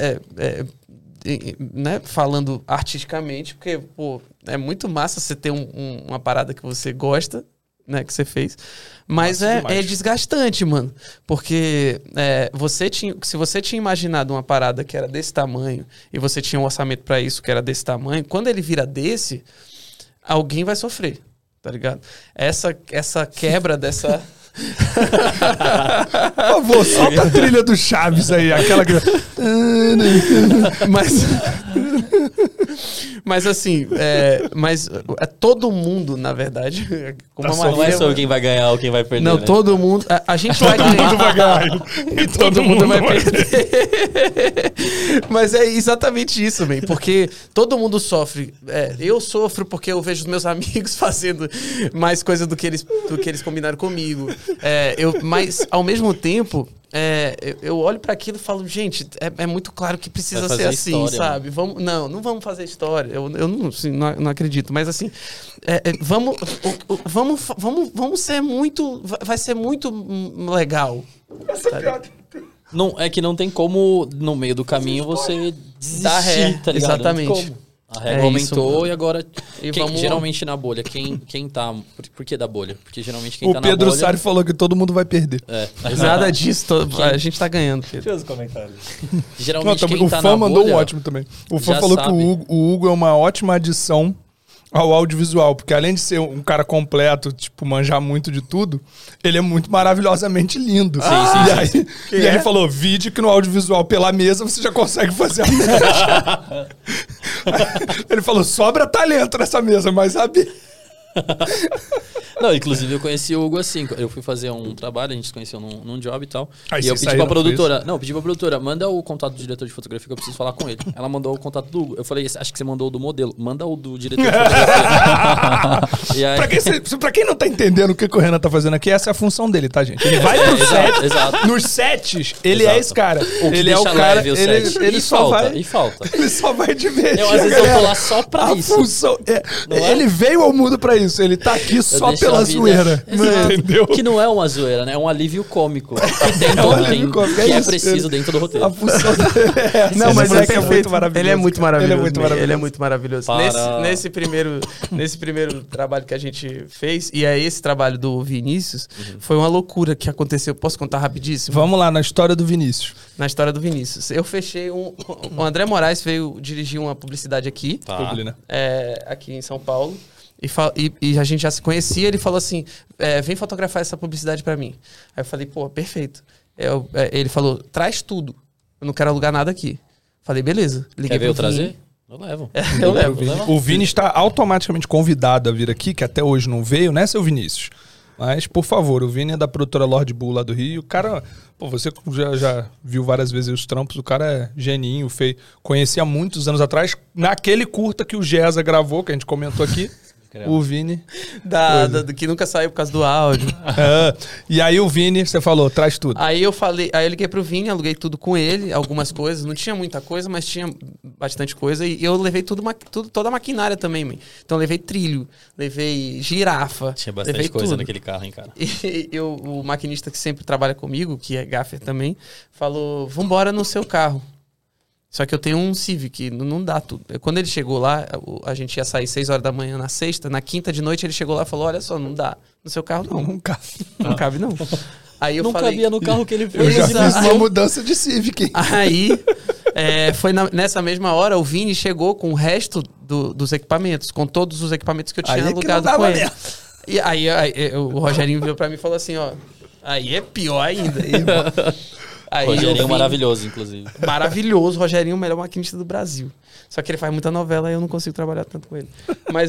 S3: né? Falando artisticamente, porque, pô, é muito massa você ter uma parada que você gosta, né? Que você fez. Mas é desgastante, mano. Porque se você tinha imaginado uma parada que era desse tamanho e você tinha um orçamento pra isso que era desse tamanho, quando ele vira desse, alguém vai sofrer, tá ligado? Essa quebra dessa...
S5: Por favor, solta a trilha do Chaves aí, aquela que...
S3: Mas assim, todo mundo, na verdade... Como
S4: Não é só quem vai ganhar ou quem vai perder.
S3: Não,
S4: né?
S3: todo mundo... A gente vai ganhar.
S5: Todo mundo vai ganhar.
S3: E todo mundo vai perder. Mas é exatamente isso, man, porque todo mundo sofre. Eu sofro porque eu vejo os meus amigos fazendo mais coisa do que eles combinaram comigo. Mas, ao mesmo tempo... eu olho pra aquilo e falo, gente, é muito claro que precisa ser assim, história, sabe? Não vamos fazer história. Eu não, assim, não acredito. Mas assim, vamos ser muito... Vai ser muito legal.
S4: Não, é que não tem como, no meio do caminho, você desistir, tá ligado?
S3: Exatamente.
S4: Não tem como. A régua aumentou e agora...
S3: vamos...
S4: Geralmente na bolha, quem tá... Por que da bolha? Porque geralmente quem tá na bolha...
S5: O Pedro Sari falou que todo mundo vai perder.
S3: Nada disso. A gente tá ganhando, Pedro.
S2: Deixa os comentários.
S4: Geralmente quem
S5: o
S4: tá
S5: fã
S4: na
S5: mandou
S4: bolha...
S5: um ótimo também. O fã
S4: já
S5: falou
S4: sabe.
S5: que o Hugo é uma ótima adição ao audiovisual, porque além de ser um cara completo, tipo, manjar muito de tudo, ele é muito maravilhosamente lindo.
S4: Sim.
S5: E aí ele falou, vídeo que no audiovisual pela mesa você já consegue fazer a mesa. Ele falou, sobra talento nessa mesa, mas sabe...
S4: Não, inclusive eu conheci o Hugo assim. Eu fui fazer um trabalho, a gente se conheceu num job e tal.
S5: Aí
S4: e eu
S5: vocês
S4: pedi pra
S5: saíram,
S4: produtora. Não, pedi pra produtora, manda o contato do diretor de fotografia que eu preciso falar com ele. Ela mandou o contato do Hugo. Eu falei, acho que você mandou o do modelo. Manda o do diretor de fotografia. E aí...
S5: pra quem não tá entendendo o que o Renan tá fazendo aqui, essa é a função dele, tá, gente? Ele vai pro set.
S4: Exato.
S5: Nos sets, ele
S4: Exato.
S5: é esse cara.
S4: O que
S5: Ele é o
S4: deixa
S5: cara.
S4: leve o
S5: Ele
S4: set.
S5: ele
S4: E
S5: só
S4: falta,
S5: vai.
S4: e falta.
S5: Ele só vai divertir.
S4: Às vezes eu tô lá só pra
S5: a
S4: isso.
S5: Função,
S4: Não é?
S5: Ele veio ao mundo pra isso. Ele tá aqui só
S4: deixo
S5: pela
S4: a vida-
S5: zoeira.
S4: Exato.
S5: Entendeu?
S4: Que não é uma zoeira, né? É um alívio cômico. Que tem
S5: um alívio cômico,
S4: que é
S5: isso.
S4: preciso dentro do roteiro.
S5: A função dele é essa.
S3: Não, mas
S5: Esse moleque
S3: é perfeito.
S5: maravilhoso.
S3: Ele é muito maravilhoso.
S5: Ele é muito maravilhoso.
S3: Ele é muito maravilhoso.
S4: Para.
S3: Nesse primeiro trabalho que a gente fez, e é esse trabalho do Vinícius, foi uma loucura que aconteceu. Posso contar rapidíssimo?
S5: Vamos lá, na história do Vinícius.
S3: Na história do Vinícius. Eu fechei o André Moraes veio dirigir uma publicidade aqui,
S5: Publi, né?
S3: aqui em São Paulo. E a gente já se conhecia, ele falou assim, vem fotografar essa publicidade pra mim. Aí eu falei, pô, perfeito. Ele falou, traz tudo. Eu não quero alugar nada aqui. Falei, beleza. Liguei
S4: Quer ver eu
S3: pro Vini.
S4: trazer? Eu levo.
S3: Eu levo.
S5: O Vini está automaticamente convidado a vir aqui, que até hoje não veio, né, seu Vinícius? Mas, por favor, o Vini é da produtora Lord Bull lá do Rio. O cara, pô, você já viu várias vezes os trampos, o cara é geninho, conheci há muitos anos atrás, naquele curta que o Gesa gravou, que a gente comentou aqui. O Vini.
S3: Do que nunca saiu por causa do áudio.
S5: E aí o Vini, você falou, traz tudo.
S3: Aí eu liguei pro Vini, aluguei tudo com ele, algumas coisas. Não tinha muita coisa, mas tinha bastante coisa. E eu levei toda a maquinária também, man. Então eu levei trilho, levei girafa.
S4: Tinha bastante
S3: levei
S4: coisa
S3: tudo.
S4: naquele carro, hein, cara.
S3: E o maquinista que sempre trabalha comigo, que é gaffer também, falou, vambora no seu carro. Só que eu tenho um Civic, não dá tudo. Quando ele chegou lá, a gente ia sair 6 horas da manhã na sexta, na quinta de noite ele chegou lá e falou, olha só, não dá. No seu carro não.
S5: Não cabe.
S3: Não cabe não. Aí eu
S4: não
S3: falei,
S4: cabia no carro que ele
S5: Eu
S4: fez.
S5: já
S3: Exato.
S5: fiz uma mudança de Civic.
S3: Aí, foi nessa mesma hora, o Vini chegou com o resto dos equipamentos, com todos os equipamentos que eu tinha
S5: Aí é que não
S3: alugado
S5: dava
S3: com ele.
S5: mesmo.
S3: E aí, o Rogerinho veio pra mim e falou assim, ó, aí é pior ainda. Aí
S4: Rogerinho
S3: o Vini-
S4: maravilhoso, inclusive.
S3: Maravilhoso, Rogerinho, o melhor maquinista do Brasil. Só que ele faz muita novela e eu não consigo trabalhar tanto com ele. Mas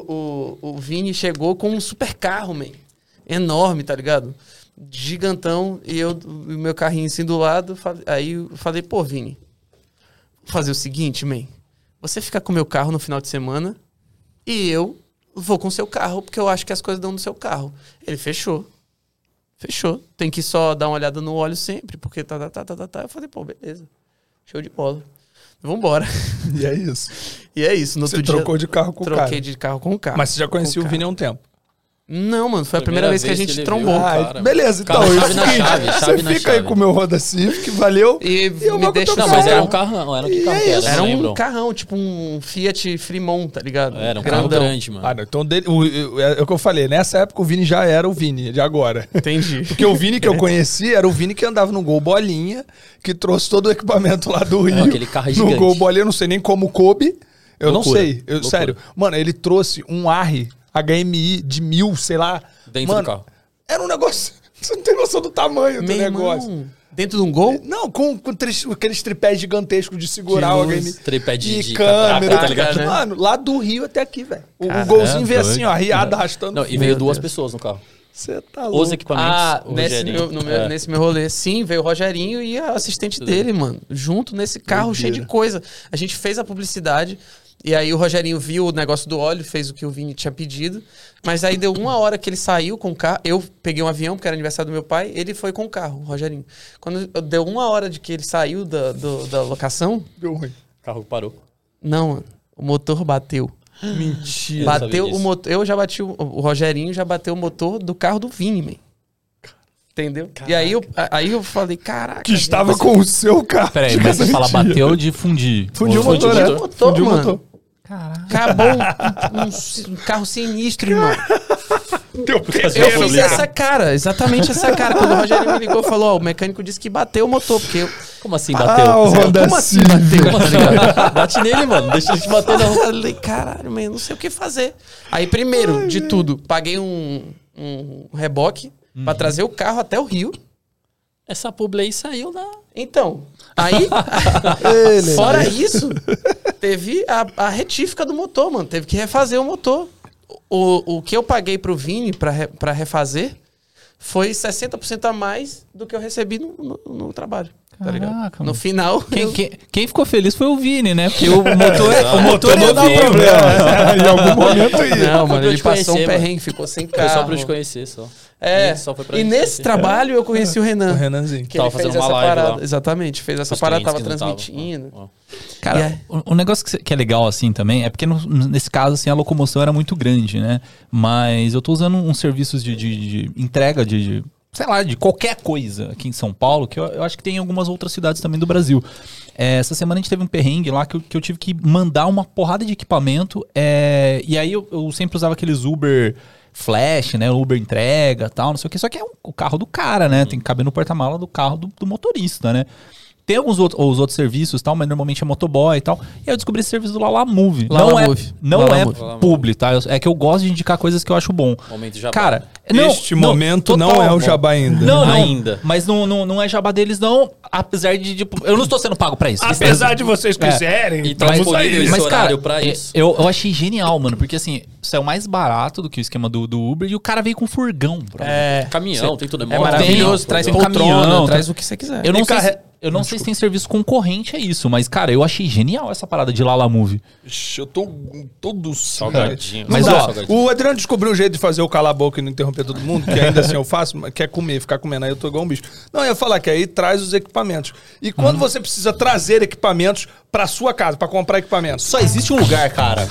S3: o Vini chegou com um super carro, man. Enorme, tá ligado? Gigantão. E o meu carrinho assim do lado. Aí eu falei, pô, Vini, vou fazer o seguinte, man. Você fica com o meu carro no final de semana e eu vou com o seu carro, porque eu acho que as coisas dão no seu carro. Ele fechou. Fechou. Tem que só dar uma olhada no óleo sempre, porque tá. Eu falei, pô, beleza. Show de bola. Vambora.
S5: E é isso.
S3: E é isso. No
S5: Você
S3: outro dia,
S5: trocou de carro com o cara.
S3: troquei de carro com o carro.
S5: Mas você já conhecia
S3: Com
S5: o Vini há um tempo.
S3: Não, mano. Foi a primeira vez que a gente
S4: ele
S3: trombou.
S4: viu.
S5: Ah,
S4: cara.
S5: beleza, então.
S4: Cara,
S5: é o
S4: chave na
S5: seguinte,
S4: chave,
S5: você
S4: chave na
S5: fica aí
S4: chave.
S5: com o meu Honda Civic, valeu.
S3: E
S5: eu
S3: me
S5: vou
S3: deixa
S5: tocar.
S4: Não, mas era
S3: carro.
S4: um carrão. Era que carro
S5: é
S4: que era?
S5: isso.
S4: Eu
S3: Era
S4: não
S3: um
S4: lembro.
S3: carrão, tipo um Fiat Fremont, tá ligado?
S4: Era um carro
S3: Grandão.
S4: grande, mano.
S5: Ah, não, então é o que eu falei. Nessa época o Vini já era o Vini, de agora.
S3: Entendi.
S5: Porque o Vini que eu conheci era o Vini que andava no Gol Bolinha, que trouxe todo o equipamento lá do Rio.
S4: Aquele carro é
S5: no
S4: gigante.
S5: Gol Bolinha, eu não sei nem como coube. Eu
S4: Loucura,
S5: não sei.
S4: loucura.
S5: Sério. Mano, ele trouxe um Arri HMI de 1000, sei lá.
S4: Dentro
S5: Mano,
S4: do carro.
S5: Era um negócio... Você não tem noção do tamanho do
S3: Meu
S5: negócio.
S3: irmão, dentro de um Gol?
S5: Não, com aqueles tripés gigantescos de segurar o
S3: luz,
S5: HMI.
S4: tripé de
S5: câmera,
S4: tá ligado?
S3: né?
S5: Mano, lá do Rio até aqui, velho. O
S3: Caramba,
S5: golzinho veio
S1: doido.
S5: assim, ó, riado, arrastando.
S4: Não, e
S3: Meu
S4: veio duas
S3: Deus.
S4: pessoas no carro.
S5: Você tá louco.
S4: Os equipamentos.
S3: Ah,
S4: o
S3: nesse
S4: Rogerinho.
S3: meu, nesse meu rolê. Sim, veio o Rogerinho e a assistente dele, mano. Junto nesse carro cheio de coisa. A gente fez a publicidade. E aí o Rogerinho viu o negócio do óleo, fez o que o Vini tinha pedido. Mas aí deu 1 hora que ele saiu com o carro. Eu peguei um avião, porque era aniversário do meu pai. Ele foi com o carro, o Rogerinho. Quando deu 1 hora de que ele saiu da locação...
S5: Deu ruim.
S4: O carro parou.
S3: Não, mano. O motor bateu.
S5: Mentira.
S4: Ba-
S3: Bateu
S4: sabia
S3: o
S4: disso.
S3: motor. Eu já bati o Rogerinho já bateu o motor do carro do Vini, man. Entendeu? E aí eu falei, caraca.
S5: Que estava com o seu carro.
S1: Peraí, mas você fala bateu de fundir.
S5: Fundiu o
S1: Ou-
S5: motor,
S3: fundiu
S5: né?
S3: o motor,
S5: Fundiu o
S3: mano.
S5: motor.
S3: Acabou um carro sinistro, irmão.
S5: Deu
S3: Eu
S5: pequeno,
S3: fiz essa cara, exatamente essa cara. Quando o Rogerinho me ligou, falou, ó, o mecânico disse que bateu o motor, porque eu...
S4: Como assim bateu?
S5: Ah, o Honda
S3: Como assim
S5: Civic.
S3: bateu? Tá ligado?
S4: Bate nele, mano. Deixa ele te bater,
S3: Eu
S4: não.
S3: falei, caralho, man, eu não sei o que fazer. Aí, primeiro de tudo, paguei um reboque pra trazer o carro até o Rio.
S4: Essa publi aí saiu da...
S3: Então, aí, fora isso, teve a retífica do motor, mano. Teve que refazer o motor. O que eu paguei pro Vini pra refazer foi 60% a mais do que eu recebi no trabalho. Tá ligado?
S1: Caraca,
S3: No
S1: mano.
S3: final,
S1: Quem ficou feliz foi o Vini, né? Porque o motor
S5: não
S1: é
S5: dá
S1: novinho.
S5: problema. Em algum momento ia.
S3: Não,
S4: Foi
S3: mano,
S4: pra eu
S3: ele
S4: te
S3: passou
S4: conhecer,
S3: um perrengue, ficou sem
S4: Foi
S3: carro.
S4: só pra eu te conhecer, só.
S3: É,
S4: Só foi pra
S3: e
S4: gente
S3: nesse
S4: conhecer.
S3: trabalho eu conheci o Renan.
S5: O Renanzinho.
S3: Que
S4: Tava
S3: ele fez
S4: fazendo uma
S3: essa
S4: live
S3: parada.
S4: lá.
S3: Exatamente, fez essa
S4: Os
S3: parada,
S4: clientes
S3: tava
S4: que não
S3: transmitindo.
S4: Ó.
S1: Cara,
S3: E é-
S1: o negócio que é legal assim também é porque nesse caso assim, a locomoção era muito grande, né? Mas eu tô usando uns serviços de entrega sei lá, de qualquer coisa aqui em São Paulo, que eu acho que tem em algumas outras cidades também do Brasil. Essa semana a gente teve um perrengue lá que eu tive que mandar uma porrada de equipamento, e aí eu sempre usava aqueles Uber Flash, né? Uber entrega e tal, não sei o que. Só que é o carro do cara, né? Tem que caber no porta-mala do carro do motorista, né? tem alguns os outros serviços e tal, mas normalmente é motoboy e tal. E aí eu descobri esse serviço do Lalamove.
S3: Lalamove.
S1: Não é
S3: Lalamove.
S1: publi, tá? É que eu gosto de indicar coisas que eu acho bom.
S4: Momento jabá.
S1: Cara,
S5: Este momento não é o jabá ainda.
S1: Não,
S4: Ainda.
S1: Mas não é jabá deles, não. Apesar de, tipo, eu não estou sendo pago pra isso.
S5: Apesar de vocês quiserem,
S4: E tá disponível esse
S1: Mas,
S4: horário
S1: cara,
S4: pra isso.
S1: eu achei genial, mano. Porque, assim, isso é o mais barato do que o esquema do Uber. E o cara veio com furgão, bro.
S4: Caminhão, tem tudo.
S3: É maravilhoso, traz
S1: tem
S3: poltrona,
S1: caminhão,
S3: traz o que você quiser.
S1: Eu não sei se tem serviço concorrente a isso, mas, cara, eu achei genial essa parada de Lalamove.
S5: Eu tô todo
S4: Salgadinho.
S1: Mas,
S5: Mas,
S1: ó,
S5: ó, o Adriano descobriu um jeito de fazer o calar a boca e não interromper todo mundo, que ainda assim eu faço, mas quer comer, ficar comendo, aí eu tô igual um bicho. Não, eu ia falar que aí traz os equipamentos. E quando você precisa trazer equipamentos pra sua casa, pra comprar equipamentos?
S1: Só existe um lugar, cara.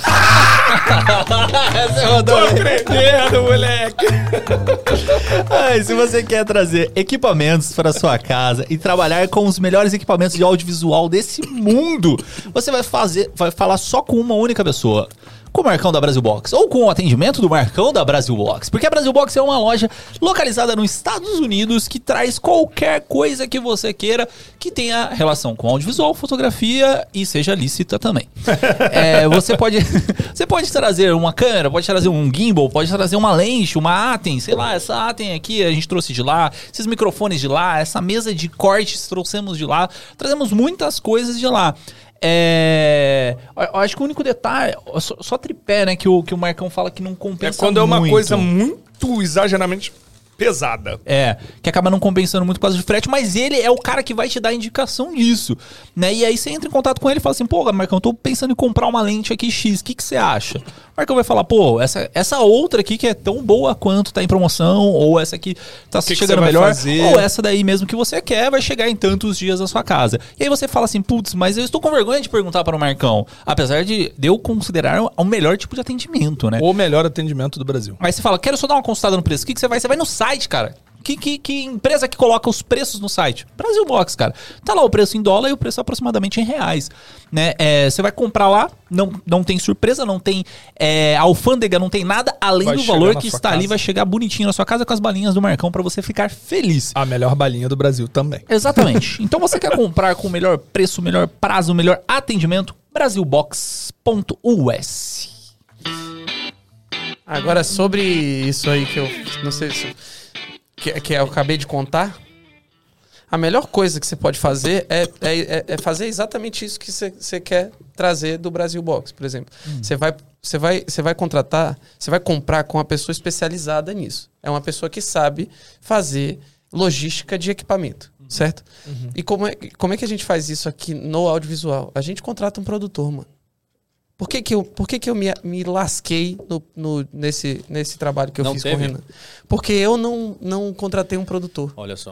S5: Tô aprendendo, moleque!
S1: Ai, se você quer trazer equipamentos para sua casa e trabalhar com os melhores equipamentos de audiovisual desse mundo, você vai falar só com uma única pessoa. Com o Marcão da Brasil Box, ou com o atendimento do Marcão da Brasil Box, porque a Brasil Box é uma loja localizada nos Estados Unidos que traz qualquer coisa que você queira que tenha relação com audiovisual, fotografia e seja lícita também. Você pode trazer uma câmera, pode trazer um gimbal, pode trazer uma lente, uma Atem, sei lá, essa Atem aqui a gente trouxe de lá, esses microfones de lá, essa mesa de cortes trouxemos de lá, trazemos muitas coisas de lá. Eu acho que o único detalhe, só tripé, né, que o Marcão fala que não compensa muito.
S5: É quando é uma coisa muito exageradamente pesada.
S1: Que acaba não compensando muito por causa de frete, mas ele é o cara que vai te dar indicação disso, né? E aí você entra em contato com ele e fala assim, pô, Marcão, eu tô pensando em comprar uma lente aqui X, o que você acha? O Marcão vai falar, pô, essa outra aqui que é tão boa quanto tá em promoção, ou essa aqui tá chegando melhor, ou essa daí mesmo que você quer vai chegar em tantos dias na sua casa. E aí você fala assim, putz, mas eu estou com vergonha de perguntar para o Marcão, apesar de eu considerar o melhor tipo de atendimento, né?
S5: O melhor atendimento do Brasil.
S1: Aí você fala, quero só dar uma consultada no preço. O que você vai? Você vai no site, cara. Que empresa que coloca os preços no site? Brasil Box, cara. Tá lá o preço em dólar e o preço aproximadamente em reais, né? Você vai comprar lá, não tem surpresa, não tem alfândega, não tem nada além do valor que está ali, vai chegar bonitinho na sua casa com as balinhas do Marcão pra você ficar feliz.
S5: A melhor balinha do Brasil também.
S1: Exatamente. Então você quer comprar com o melhor preço, melhor prazo, melhor atendimento? brasilbox.us.
S3: Agora, sobre isso aí que eu não sei se... Que eu acabei de contar, a melhor coisa que você pode fazer é fazer exatamente isso que você quer trazer do Brasil Box, por exemplo. Você vai contratar, você vai comprar com uma pessoa especializada nisso. É uma pessoa que sabe fazer logística de equipamento, certo? E como é que a gente faz isso aqui no audiovisual? A gente contrata um produtor, mano. Por que eu me lasquei nesse trabalho que eu fiz com o Renan? Porque eu não contratei um produtor.
S4: Olha só.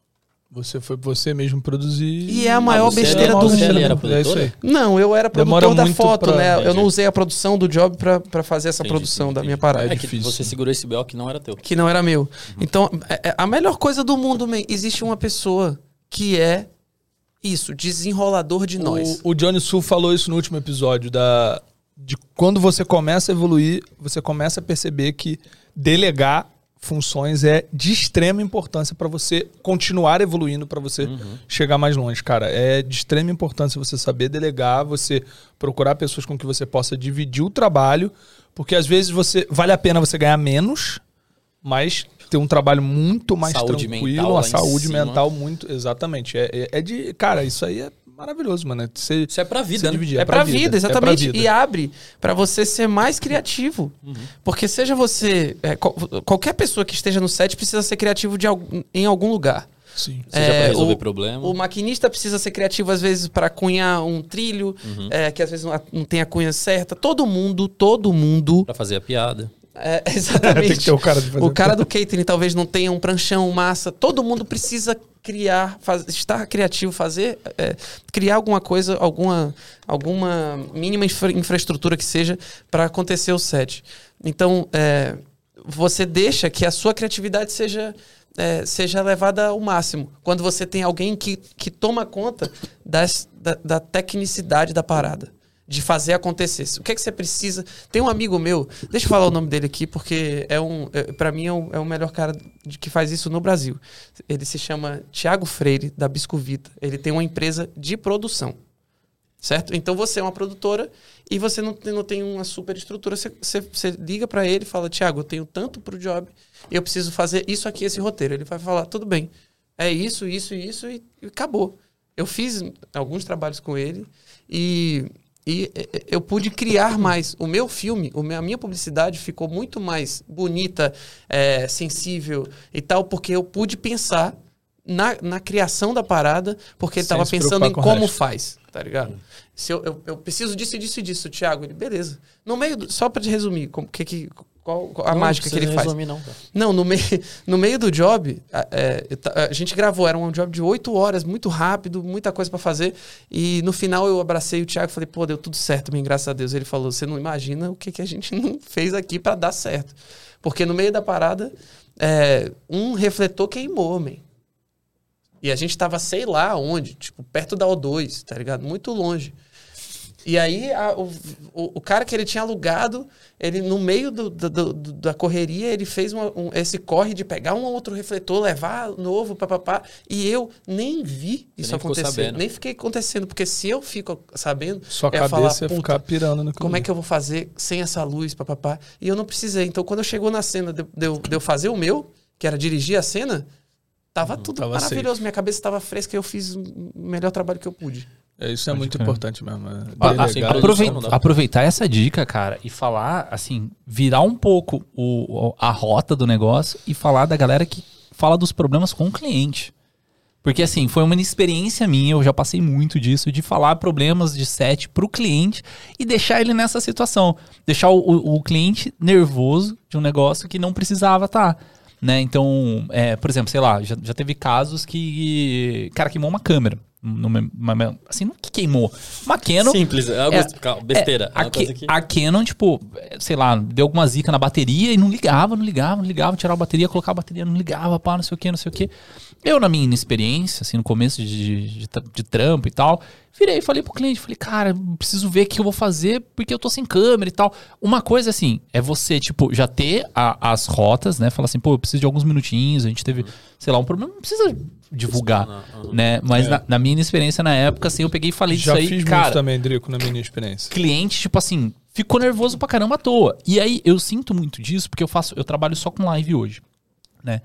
S5: Você mesmo produzir.
S3: E é a maior besteira do mundo.
S4: Você era produtora?
S3: Não, eu era produtor da foto, né?
S4: Entendi.
S3: Eu não usei a produção do job pra fazer essa produção da minha parada.
S4: É que você segurou esse BO que não era teu.
S3: Que não era meu. Então, a melhor coisa do mundo, man, existe uma pessoa que é isso, desenrolador de nós.
S5: O Johnny Sul falou isso no último episódio, de quando você começa a evoluir, você começa a perceber que delegar funções é de extrema importância para você continuar evoluindo, para você chegar mais longe, cara. É de extrema importância você saber delegar, você procurar pessoas com que você possa dividir o trabalho, porque às vezes vale a pena você ganhar menos, mas ter um trabalho muito mais
S4: saúde
S5: tranquilo,
S4: mental
S5: uma saúde
S4: cima.
S5: mental muito... Exatamente. Cara, isso aí é maravilhoso, mano.
S4: Isso é pra vida, né?
S5: dividir,
S3: É pra vida, exatamente.
S5: É pra vida.
S3: E abre pra você ser mais criativo. Porque seja você... qualquer pessoa que esteja no set precisa ser criativo em algum lugar.
S5: Sim.
S4: Seja pra resolver problema.
S3: O maquinista precisa ser criativo, às vezes, pra cunhar um trilho, que às vezes não tem a cunha certa. Todo mundo...
S4: Pra fazer a piada.
S3: Exatamente.
S5: Tem que ter o cara de fazer
S3: O cara do catering talvez não tenha um pranchão, massa. Todo mundo precisa criar, estar criativo, criar alguma coisa, alguma mínima infraestrutura que seja para acontecer o set. Então, você deixa que a sua criatividade seja levada ao máximo. Quando você tem alguém que toma conta da tecnicidade da parada. de fazer acontecer. O que é que você precisa? Tem um amigo meu, deixa eu falar o nome dele aqui, porque pra mim é o melhor cara que faz isso no Brasil. Ele se chama Thiago Freire, da Biscovita. Ele tem uma empresa de produção, certo? Então você é uma produtora e você não tem uma super estrutura. Você liga pra ele e fala, Thiago, eu tenho tanto pro job, eu preciso fazer isso aqui, esse roteiro. Ele vai falar, tudo bem, é isso e acabou. Eu fiz alguns trabalhos com ele e eu pude criar mais. O meu filme, a minha publicidade ficou muito mais bonita, sensível e tal, porque eu pude pensar na criação da parada, porque ele estava pensando em como faz, tá ligado? Se eu preciso disso e disso e disso, Thiago, ele, beleza. No meio, só para te resumir, qual a mágica que ele faz.
S4: Resumir, não, cara.
S3: Não, no meio do job, a gente gravou, era um job de 8 horas, muito rápido, muita coisa pra fazer, e no final eu abracei o Thiago e falei, pô, deu tudo certo, bem, graças a Deus. Ele falou, você não imagina o que a gente não fez aqui pra dar certo. Porque no meio da parada, um refletor queimou, man. E a gente tava, sei lá onde, tipo, perto da O2, tá ligado? Muito longe. E aí, o cara que ele tinha alugado, ele no meio da correria, ele fez esse corre de pegar um outro refletor, levar novo, papapá. E eu nem vi isso acontecer. Nem fiquei acontecendo, porque se eu fico sabendo,
S5: sua cabeça ia ficar pirando no
S3: como é que eu vou fazer sem essa luz, papapá? E eu não precisei. Então, quando eu chegou na cena de eu fazer o meu, que era dirigir a cena, tava tudo maravilhoso. Minha cabeça estava fresca e eu fiz o melhor trabalho que eu pude.
S5: Isso é muito importante mesmo.
S1: Aproveitar essa dica, cara, e falar, assim, virar um pouco a rota do negócio e falar da galera que fala dos problemas com o cliente. Porque, assim, foi uma experiência minha, eu já passei muito disso, de falar problemas de set pro cliente e deixar ele nessa situação. Deixar o cliente nervoso de um negócio que não precisava estar. Né? Então, por exemplo, sei lá, já teve casos que cara queimou uma câmera. Assim, não que queimou. Uma Canon.
S4: Simples, besteira.
S1: A Canon, tipo, sei lá, deu alguma zica na bateria e não ligava, tirava a bateria, colocava a bateria, não ligava, pá, não sei o que. Eu, na minha inexperiência, assim, no começo de trampo e tal, virei e falei pro cliente, falei, cara, preciso ver o que eu vou fazer porque eu tô sem câmera e tal. Uma coisa, assim, é você, tipo, já ter as rotas, né? Falar assim, pô, eu preciso de alguns minutinhos, a gente teve, sei lá, um problema, não precisa divulgar, né? Mas na minha inexperiência na época, assim, eu peguei e falei disso aí,
S5: já fiz
S1: cara,
S5: muito também, Drico, na minha experiência.
S1: Cliente, tipo assim, ficou nervoso pra caramba à toa. E aí, eu sinto muito disso porque eu trabalho só com live hoje, né?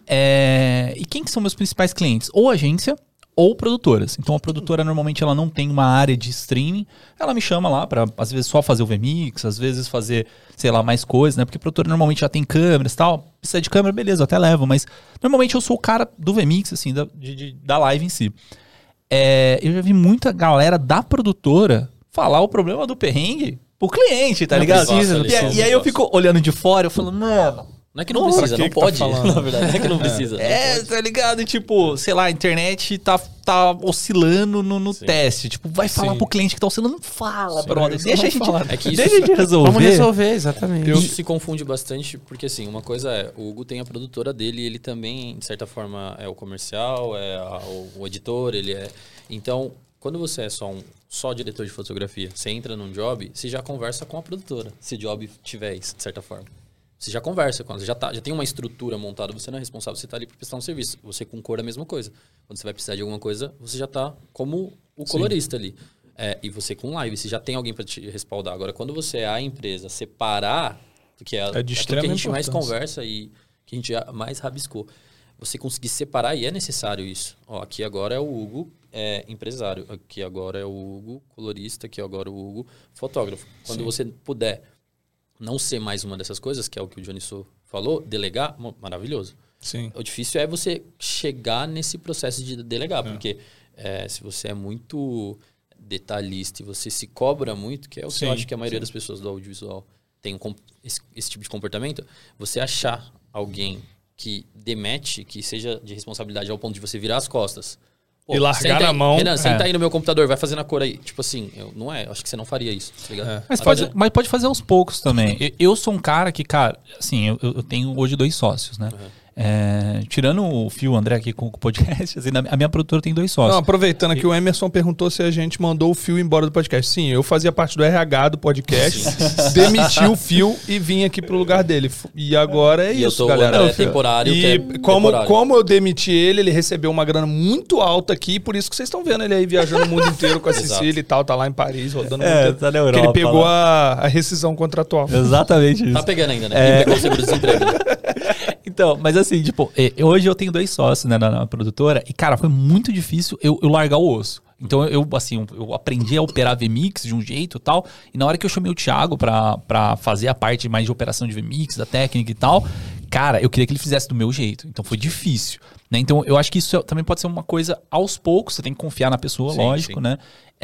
S1: E quem que são meus principais clientes? Ou agência ou produtoras. Então a produtora normalmente ela não tem uma área de streaming, ela me chama lá pra às vezes só fazer o VMix, às vezes fazer, sei lá, mais coisas, né? Porque a produtora normalmente já tem câmeras e tal, precisa de câmera, beleza, eu até levo, mas normalmente eu sou o cara do VMix, assim, da live em si. Eu já vi muita galera da produtora falar o problema do perrengue pro cliente, tá ligado? E aí eu fico olhando de fora, eu falo, mano,
S4: não é que não precisa, não pode, na verdade. Não é que não precisa.
S1: Tá ligado? Tipo, sei lá, a internet tá oscilando no teste. Tipo, vai falar pro cliente que tá oscilando, não fala, brother. Deixa a gente resolver.
S3: Vamos resolver, exatamente.
S4: Isso se confunde bastante, porque assim, uma coisa o Hugo tem a produtora dele, ele também, de certa forma, é o comercial, o editor, ele é... Então, quando você é só diretor de fotografia, você entra num job, você já conversa com a produtora, se o job tiver isso, de certa forma. Você já conversa com ela, já tem uma estrutura montada, você não é responsável, você está ali para prestar um serviço. Você com cor é a mesma coisa. Quando você vai precisar de alguma coisa, você já está como o colorista ali. E você com live, você já tem alguém para te respaldar. Agora, quando você é a empresa, separar, que é aquilo que a gente mais conversa e que a gente mais rabiscou, você conseguir separar, e é necessário isso. Aqui agora é o Hugo empresário, aqui agora é o Hugo colorista, aqui agora é o Hugo fotógrafo. Quando você puder não ser mais uma dessas coisas, que é o que o Johnny So falou, delegar, maravilhoso.
S5: Sim.
S4: O difícil é você chegar nesse processo de delegar, porque se você é muito detalhista e você se cobra muito, que é o que eu acho que a maioria das pessoas do audiovisual tem esse tipo de comportamento, você achar alguém que demete, que seja de responsabilidade ao ponto de você virar as costas.
S5: E largar na mão.
S4: Renan, senta aí no meu computador, vai fazendo a cor aí. Tipo assim, acho que você não faria isso, tá ligado?
S1: Mas pode fazer aos poucos também. Eu sou um cara que, cara, assim, eu tenho hoje 2 sócios, né? tirando o Fio, o André aqui com o podcast, assim, a minha produtora tem 2 sócios.
S5: Não, aproveitando aqui, o Emerson perguntou se a gente mandou o Fio embora do podcast. Sim, eu fazia parte do RH do podcast, demiti o Fio e vim aqui pro lugar dele. E agora é isso, galera.
S4: É temporário.
S5: E como eu demiti ele recebeu uma grana muito alta aqui, por isso que vocês estão vendo ele aí viajando o mundo inteiro com a Cecília e tal, tá lá em Paris, rodando o mundo inteiro.
S1: Tá na Europa,
S5: que ele pegou a rescisão contratual.
S1: Exatamente isso.
S4: Tá pegando ainda, né? E pegou o seguro-desemprego, né?
S1: Então, mas assim, tipo, hoje eu tenho 2 sócios, né, na produtora, e, cara, foi muito difícil eu largar o osso. Então, eu aprendi a operar VMix de um jeito e tal, e na hora que eu chamei o Thiago pra fazer a parte mais de operação de VMix, da técnica e tal, cara, eu queria que ele fizesse do meu jeito. Então, foi difícil, né? Então, eu acho que isso também pode ser uma coisa aos poucos, você tem que confiar na pessoa, lógico, né?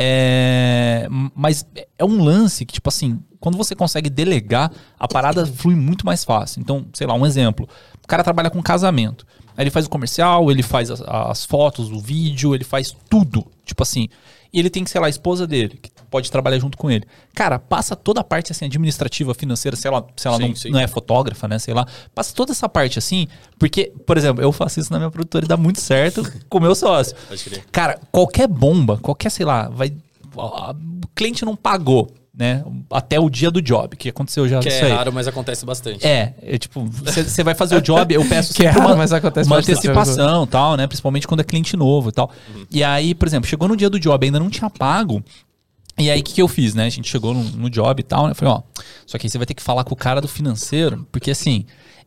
S1: Mas é um lance que, tipo assim, quando você consegue delegar, a parada flui muito mais fácil. Então, sei lá, um exemplo. O cara trabalha com casamento. Aí ele faz o comercial, ele faz as fotos, o vídeo, ele faz tudo. Tipo assim. E ele tem, sei lá, a esposa dele, que pode trabalhar junto com ele. Cara, passa toda a parte assim, administrativa, financeira, se ela não é fotógrafa, né? Sei lá. Passa toda essa parte assim. Porque, por exemplo, eu faço isso na minha produtora e dá muito certo com o meu sócio. Cara, qualquer bomba, sei lá, o cliente não pagou, né? Até o dia do job, que aconteceu já.
S4: Que
S1: isso
S4: é
S1: aí.
S4: raro, mas acontece bastante.
S1: Tipo, você vai fazer o job, eu peço
S3: Que é raro, mas acontece
S1: uma
S3: bastante.
S1: antecipação, tal, né? Principalmente quando é cliente novo e tal. E aí, por exemplo, chegou no dia do job, ainda não tinha pago. E aí, o que eu fiz, né? A gente chegou no job e tal, né? Eu falei, só que aí você vai ter que falar com o cara do financeiro, porque assim,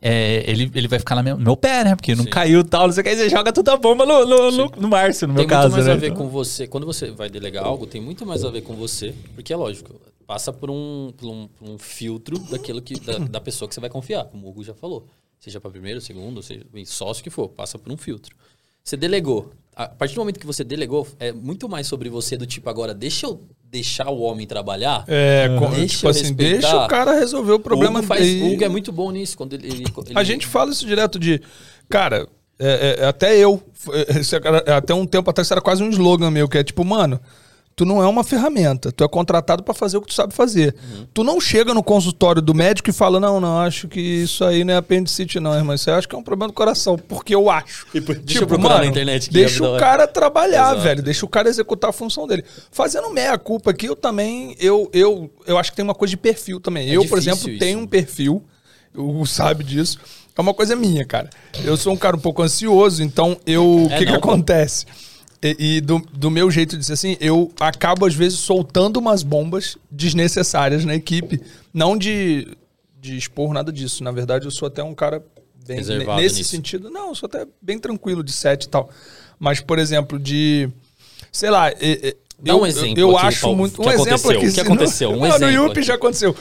S1: ele vai ficar no meu pé, né? Porque não caiu e tal, não sei o que, aí você joga toda a bomba no Márcio, no meu caso.
S4: Tem muito mais
S1: né?
S4: a ver com você. Quando você vai delegar algo, tem muito mais a ver com você, porque é lógico, passa por um filtro daquilo da pessoa que você vai confiar, como o Hugo já falou. Seja para primeiro, segundo, seja sócio que for, passa por um filtro. Você delegou. A partir do momento que você delegou, é muito mais sobre você do tipo, agora, deixa eu deixar o homem trabalhar.
S5: Tipo assim, deixa o cara resolver o problema dele.
S4: O Hugo é muito bom nisso. Quando ele
S5: A gente fala isso direto de... Cara, até eu... Até um tempo atrás, isso era quase um slogan meu, que é tipo, mano... Tu não é uma ferramenta, tu é contratado pra fazer o que tu sabe fazer. Tu não chega no consultório do médico e fala, não, acho que isso aí não é apendicite não, irmão. Isso aí acho que é um problema do coração, porque eu acho.
S4: Deixa eu procurar na internet.
S5: Deixa o cara trabalhar, velho. Deixa o cara executar a função dele. Fazendo meia-culpa aqui, eu também, eu acho que tem uma coisa de perfil também. Eu, por exemplo, tenho um perfil, o sabe disso. É uma coisa minha, cara. Eu sou um cara um pouco ansioso, então o que acontece? E do meu jeito de ser assim, eu acabo às vezes soltando umas bombas desnecessárias na equipe. Não de expor nada disso. Na verdade, eu sou até um cara bem... Nesse sentido, não, eu sou até bem tranquilo de set e tal. Mas, por exemplo, sei lá...
S4: Dá um exemplo.
S5: Eu
S4: aqui,
S5: acho
S4: Paulo,
S5: muito...
S4: Um exemplo aqui. O que aconteceu? Um exemplo.
S5: No Yupi já aconteceu.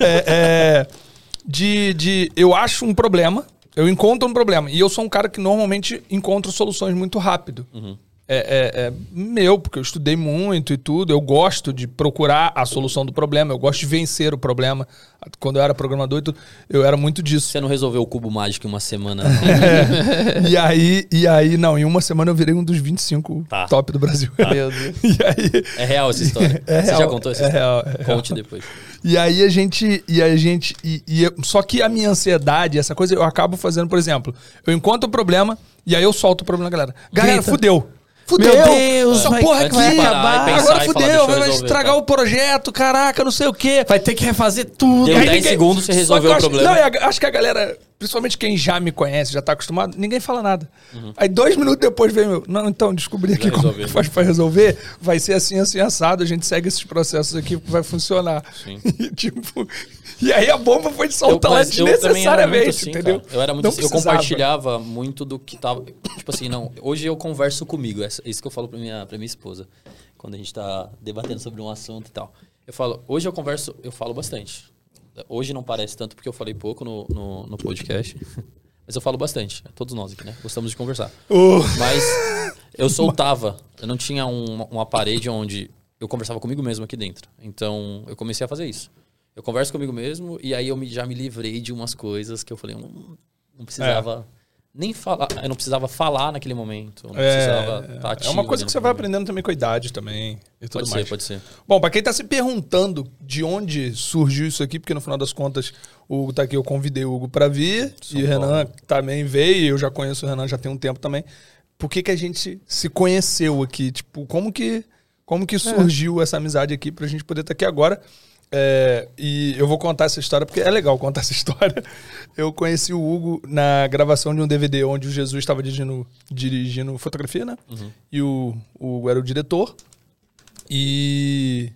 S5: Eu acho um problema, eu encontro um problema. E eu sou um cara que normalmente encontra soluções muito rápido. Porque eu estudei muito e tudo. Eu gosto de procurar a solução do problema. Eu gosto de vencer o problema. Quando eu era programador e tudo, eu era muito disso.
S4: Você não resolveu o cubo mágico em uma semana?
S5: E aí, não, em uma semana eu virei um dos 25 top do Brasil.
S3: Meu Deus.
S5: E aí,
S4: é real essa história? Você já contou essa história?
S5: É real.
S4: Conte depois.
S5: E aí só que a minha ansiedade, essa coisa, eu acabo fazendo, por exemplo, eu encontro o problema e aí eu solto o problema na galera. Galera, fudeu. Fudeu!
S3: Meu Deus,
S5: essa porra aqui vai
S4: acabar.
S5: Agora fudeu, vai estragar o projeto, caraca, não sei o quê.
S3: Vai ter que refazer tudo.
S4: Deu 10 segundos, você resolveu o problema.
S5: Acho que a galera, principalmente quem já me conhece, já tá acostumado, ninguém fala nada. Aí 2 minutos depois vem não, então, descobri aqui como que faz pra resolver, vai ser assim, assim, assado, a gente segue esses processos aqui, vai funcionar.
S4: Sim.
S5: E aí a bomba foi de soltar lá desnecessariamente, assim, entendeu?
S4: Cara. Eu era muito assim, eu compartilhava muito do que tava... Tipo assim, não, hoje eu converso comigo, é isso que eu falo pra minha esposa, quando a gente tá debatendo sobre um assunto e tal. Eu falo, hoje eu falo bastante. Hoje não parece tanto porque eu falei pouco no podcast, mas eu falo bastante. Todos nós aqui, né? Gostamos de conversar. Mas eu soltava, eu não tinha uma parede onde eu conversava comigo mesmo aqui dentro. Então eu comecei a fazer isso. Eu converso comigo mesmo e aí eu já me livrei de umas coisas que eu falei, não precisava nem falar, eu não precisava falar naquele momento. Eu não precisava estar ativo.
S5: É uma coisa que você vai
S4: momento.
S5: aprendendo também com a idade também e tudo mais.
S4: Pode ser.
S5: Bom, pra quem tá se perguntando de onde surgiu isso aqui, porque no final das contas o Hugo tá aqui, eu convidei o Hugo pra vir e o Renan também veio, eu já conheço o Renan já tem um tempo também. Por que a gente se conheceu aqui? Tipo, como que surgiu essa amizade aqui pra gente poder estar aqui agora? E eu vou contar essa história porque é legal contar essa história. Eu conheci o Hugo na gravação de um DVD onde o Jesus estava dirigindo fotografia, né? Uhum. E o Hugo era o diretor. E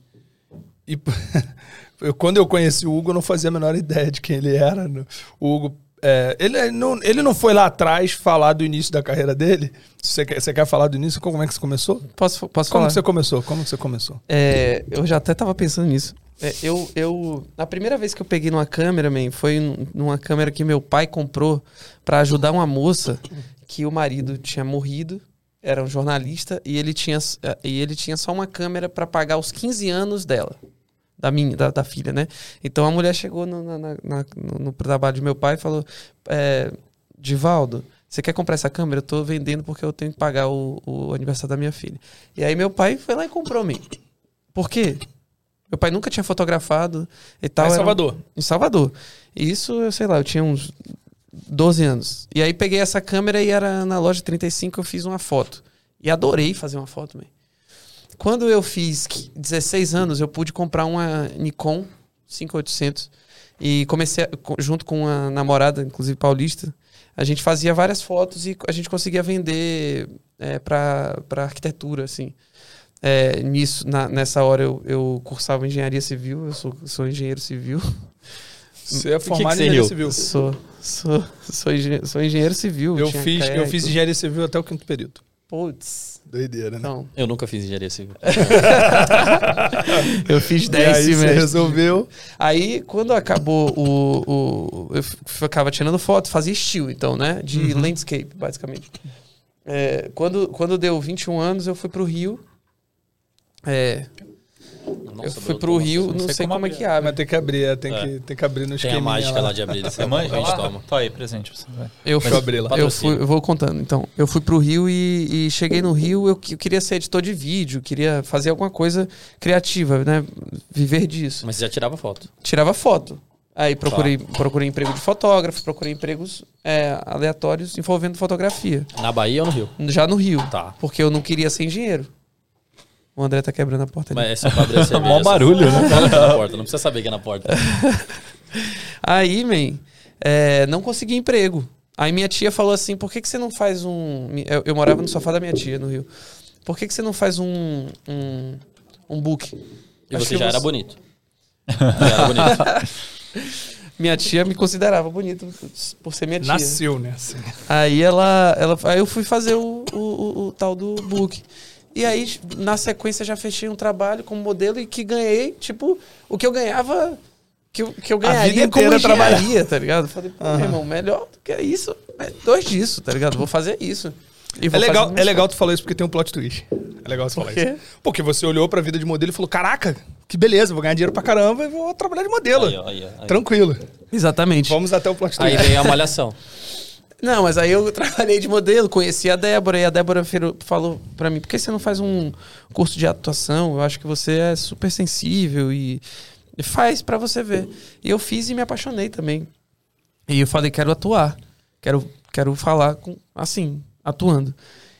S5: quando eu conheci o Hugo, eu não fazia a menor ideia de quem ele era. O Hugo, ele não foi lá atrás falar do início da carreira dele. Você quer falar do início? Como é que você começou?
S3: Posso falar?
S5: Como que você começou?
S3: Eu já até tava pensando nisso. A primeira vez que eu peguei numa câmera, foi numa câmera que meu pai comprou pra ajudar uma moça que o marido tinha morrido, era um jornalista, e ele tinha só uma câmera pra pagar os 15 anos dela, da filha, né? Então a mulher chegou no trabalho de meu pai e falou, Divaldo, você quer comprar essa câmera? Eu tô vendendo porque eu tenho que pagar o aniversário da minha filha. E aí meu pai foi lá e comprou -me. Por quê? Meu pai nunca tinha fotografado e tal.
S5: Em Salvador?
S3: Em Salvador. E isso, eu tinha uns 12 anos. E aí peguei essa câmera e era na loja 35, eu fiz uma foto. E adorei fazer uma foto, man. Quando eu fiz 16 anos, eu pude comprar uma Nikon 5800 e comecei, junto com uma namorada, inclusive paulista, a gente fazia várias fotos e a gente conseguia vender para arquitetura, assim. Nessa hora eu cursava engenharia civil, eu sou engenheiro civil.
S5: Você é formado em engenharia civil?
S3: Sou engenheiro civil.
S5: Eu fiz engenharia civil até o 5º período.
S3: Putz.
S5: Doideira, né?
S3: Então,
S4: eu nunca fiz engenharia civil.
S3: Eu fiz 10
S5: semestres. Você resolveu.
S3: Aí, quando acabou eu ficava tirando foto, fazia estilo, então, né? De landscape, basicamente. Quando deu 21 anos, eu fui pro Rio.
S4: Nossa,
S3: eu fui pro Rio, não sei como é que abre.
S5: Mas tem que abrir, tem que abrir no esquema.
S4: Tem a mágica lá de abrir.
S1: Você manja? A gente toma. Tá aí, presente.
S3: Eu vou contando. Então, eu fui pro Rio e cheguei no Rio, eu queria ser editor de vídeo, queria fazer alguma coisa criativa, né? Viver disso.
S4: Mas você já tirava foto?
S3: Tirava foto. Aí procurei emprego de fotógrafo, procurei empregos aleatórios envolvendo fotografia.
S4: Na Bahia ou no Rio?
S3: Já no Rio.
S4: Tá.
S3: Porque eu não queria ser engenheiro. O André tá quebrando a porta ali.
S4: Mas é só pra abrir a cerveja.
S1: Mó barulho, né?
S4: Na porta, não precisa saber que é na porta.
S3: Aí, não consegui emprego. Aí minha tia falou assim, por que você não faz um... Eu morava no sofá da minha tia, no Rio. Por que você não faz um book?
S4: E você já era bonito. Já era bonito.
S3: Minha tia me considerava bonito por ser minha tia.
S5: Nasceu, né? Assim.
S3: Aí aí eu fui fazer o tal do book. E aí, na sequência, já fechei um trabalho como modelo e que ganhei, tipo, o que eu ganhava, que eu ganharia como engenharia, tá ligado? Eu falei, meu irmão, melhor do que isso, 2 disso, tá ligado? Vou fazer isso.
S5: É legal tu falar isso porque tem um plot twist. É legal tu falar isso. Porque você olhou pra vida de modelo e falou, caraca, que beleza, vou ganhar dinheiro pra caramba e vou trabalhar de modelo. Aí. Tranquilo.
S3: Exatamente.
S5: Vamos até o plot twist.
S4: Aí veio a malhação.
S3: Não, mas aí eu trabalhei de modelo, conheci a Débora, e a Débora falou pra mim, por que você não faz um curso de atuação? Eu acho que você é super sensível e faz pra você ver. E eu fiz e me apaixonei também. E eu falei, quero atuar, quero falar assim, atuando.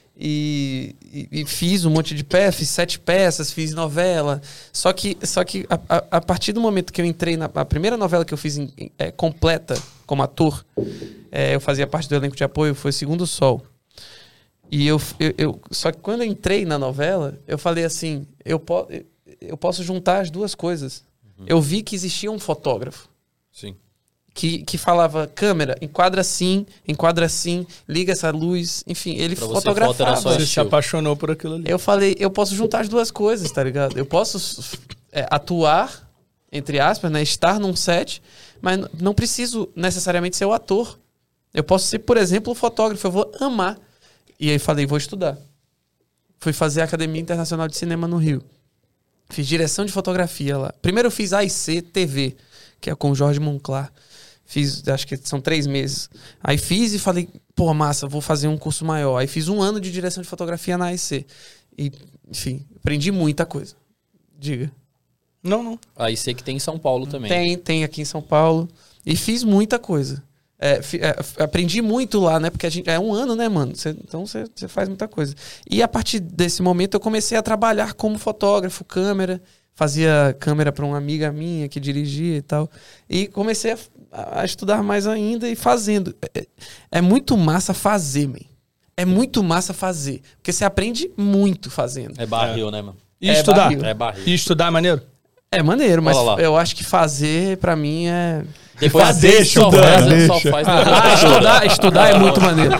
S3: E fiz um monte de peças, fiz 7 peças, fiz novela. Só que a partir do momento que eu entrei a primeira novela que eu fiz completa como ator, eu fazia parte do elenco de apoio, foi Segundo Sol. E só que quando eu entrei na novela, eu falei assim, eu posso juntar as duas coisas. Eu vi que existia um fotógrafo.
S4: Sim.
S3: Que falava, câmera, enquadra assim, liga essa luz, enfim, ele
S4: pra
S3: fotografava.
S5: Você se apaixonou por aquilo ali.
S3: Eu falei, eu posso juntar as duas coisas, tá ligado? Eu posso atuar, entre aspas, né, estar num set, mas não preciso necessariamente ser o ator. Eu posso ser, por exemplo, o fotógrafo, eu vou amar. E aí falei, vou estudar. Fui fazer a Academia Internacional de Cinema no Rio. Fiz direção de fotografia lá. Primeiro eu fiz AIC TV, que é com o Jorge Monclar. Fiz, acho que são 3 meses. Aí fiz e falei, pô, massa, vou fazer um curso maior. Aí fiz 1 ano de direção de fotografia na AEC. E, enfim, aprendi muita coisa. Diga.
S2: Não.
S4: Aí sei que tem em São Paulo também.
S3: Tem aqui em São Paulo. E fiz muita coisa. Aprendi muito lá, né? Porque a gente, é 1 ano, né, mano? Então você faz muita coisa. E a partir desse momento eu comecei a trabalhar como fotógrafo, câmera. Fazia câmera para uma amiga minha que dirigia e tal. E comecei a estudar mais ainda e fazendo. É muito massa fazer, man. É muito massa fazer. Porque você aprende muito fazendo.
S4: É barril, né, mano?
S2: E estudar?
S3: barril.
S4: É barril.
S2: E estudar é maneiro?
S3: É maneiro, mas
S4: Olha lá.
S3: eu acho que fazer, pra mim, é...
S4: Depois
S2: Fazer,
S4: deixa, só faz.
S3: Estudar é muito maneiro.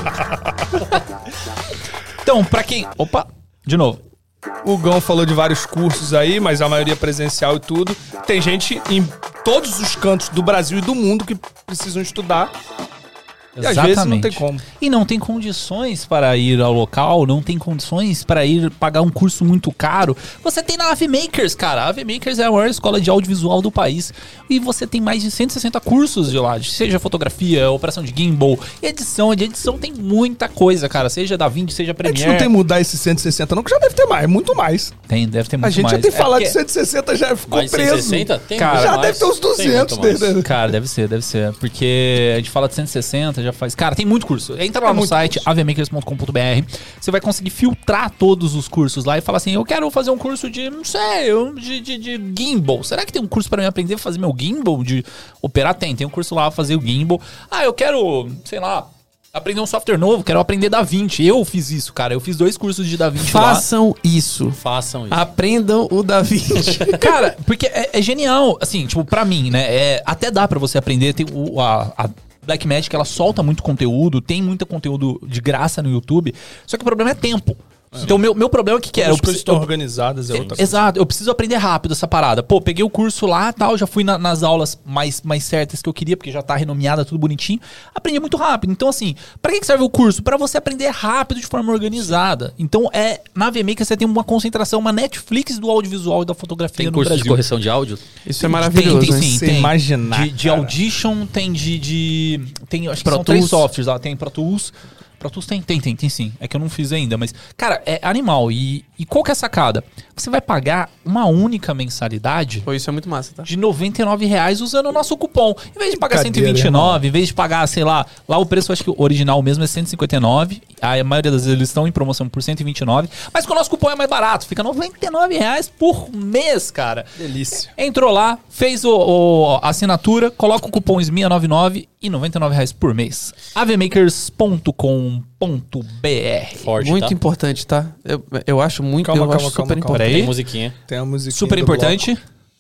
S1: Então, pra quem... Opa, de novo.
S2: O Gão falou de vários cursos aí, mas a maioria presencial e tudo. Tem gente em todos os cantos do Brasil e do mundo que precisam estudar. E às vezes não tem como.
S1: E não tem condições para ir ao local, não tem condições para ir pagar um curso muito caro. Você tem na AV Makers, cara. A AV Makers é a maior escola de audiovisual do país. E você tem mais de 160 cursos de lá, seja fotografia, operação de gimbal, edição. De edição tem muita coisa, cara. Seja DaVinci, seja
S2: A
S1: Premiere.
S2: gente não tem que mudar esse 160 não, que já deve ter mais, muito mais.
S1: Deve ter muito
S2: A gente
S1: mais.
S2: já tem falado de
S1: porque-
S2: 160, já ficou
S4: Mais
S2: preso.
S4: 160? Tem
S1: Cara,
S4: muito
S2: Já
S4: mais.
S2: deve ter uns
S4: Tem
S2: 200
S4: muito mais.
S2: dele.
S1: Cara, deve ser. Porque a gente fala de 160, já faz... Cara, tem muito curso. Entra lá no
S2: muito
S1: site avmakers.com.br. Você vai conseguir filtrar todos os cursos lá e falar assim, eu quero fazer um curso de, não sei, de gimbal. Será que tem um curso pra eu aprender a fazer meu gimbal? De operar? Tem um curso lá pra fazer o gimbal. Ah, eu quero, sei lá, aprender um software novo, quero aprender DaVinci. Eu fiz isso, cara. Eu fiz 2 cursos de DaVinci lá.
S3: Façam isso.
S4: Façam isso.
S3: Aprendam o DaVinci.
S1: Cara, porque é genial, assim, tipo, pra mim, né? Até dá pra você aprender. Tem a Blackmagic, ela solta muito conteúdo, tem muito conteúdo de graça no YouTube. Só que o problema é tempo. Então, meu problema é que era...
S2: As coisas estão organizadas, é outra coisa.
S1: Exato, eu preciso aprender rápido essa parada. Pô, peguei o curso lá, tal, já fui nas aulas mais certas que eu queria, porque já tá renomeada, tudo bonitinho. Aprendi muito rápido. Então, assim, pra que serve o curso? Pra você aprender rápido de forma organizada. Então, na VMaker você tem uma concentração, uma Netflix do audiovisual e da fotografia
S4: Tem
S1: no
S4: curso
S1: Brasil.
S4: de correção de áudio?
S3: Isso é maravilhoso,
S1: Tem,
S3: né?
S1: sim,
S2: Você
S1: tem.
S2: imaginar,
S1: De
S2: cara.
S1: Audition, tem tem, acho que
S3: Pro
S1: são 3
S3: Tools.
S1: softwares lá. Tem Pro Tools. Pro Tools tem sim. É que eu não fiz ainda, mas... Cara, é animal. E qual que é a sacada? Você vai pagar uma única mensalidade
S3: Pô, isso é muito massa, tá?
S1: de R$ 99,00 usando o nosso cupom. Em vez de pagar
S2: Brincadeira,
S1: 129, em vez de pagar, sei lá o preço, acho que o original mesmo é 159. A maioria das vezes eles estão em promoção por 129. Mas com o nosso cupom é mais barato, fica R$ 99,00 por mês, cara.
S2: Delícia.
S1: Entrou lá, fez a assinatura, coloca o cupom SMIA99 e R$ 99,00 por mês. avmakers.com.br.
S4: Forte,
S3: Muito
S4: tá?
S3: importante, tá? Eu acho muito,
S2: Calma,
S3: eu
S2: calma,
S3: acho
S2: calma,
S3: super
S2: calma.
S3: importante.
S1: Peraí.
S4: Tem musiquinha.
S2: Tem a musiquinha
S1: Super
S2: do
S1: importante.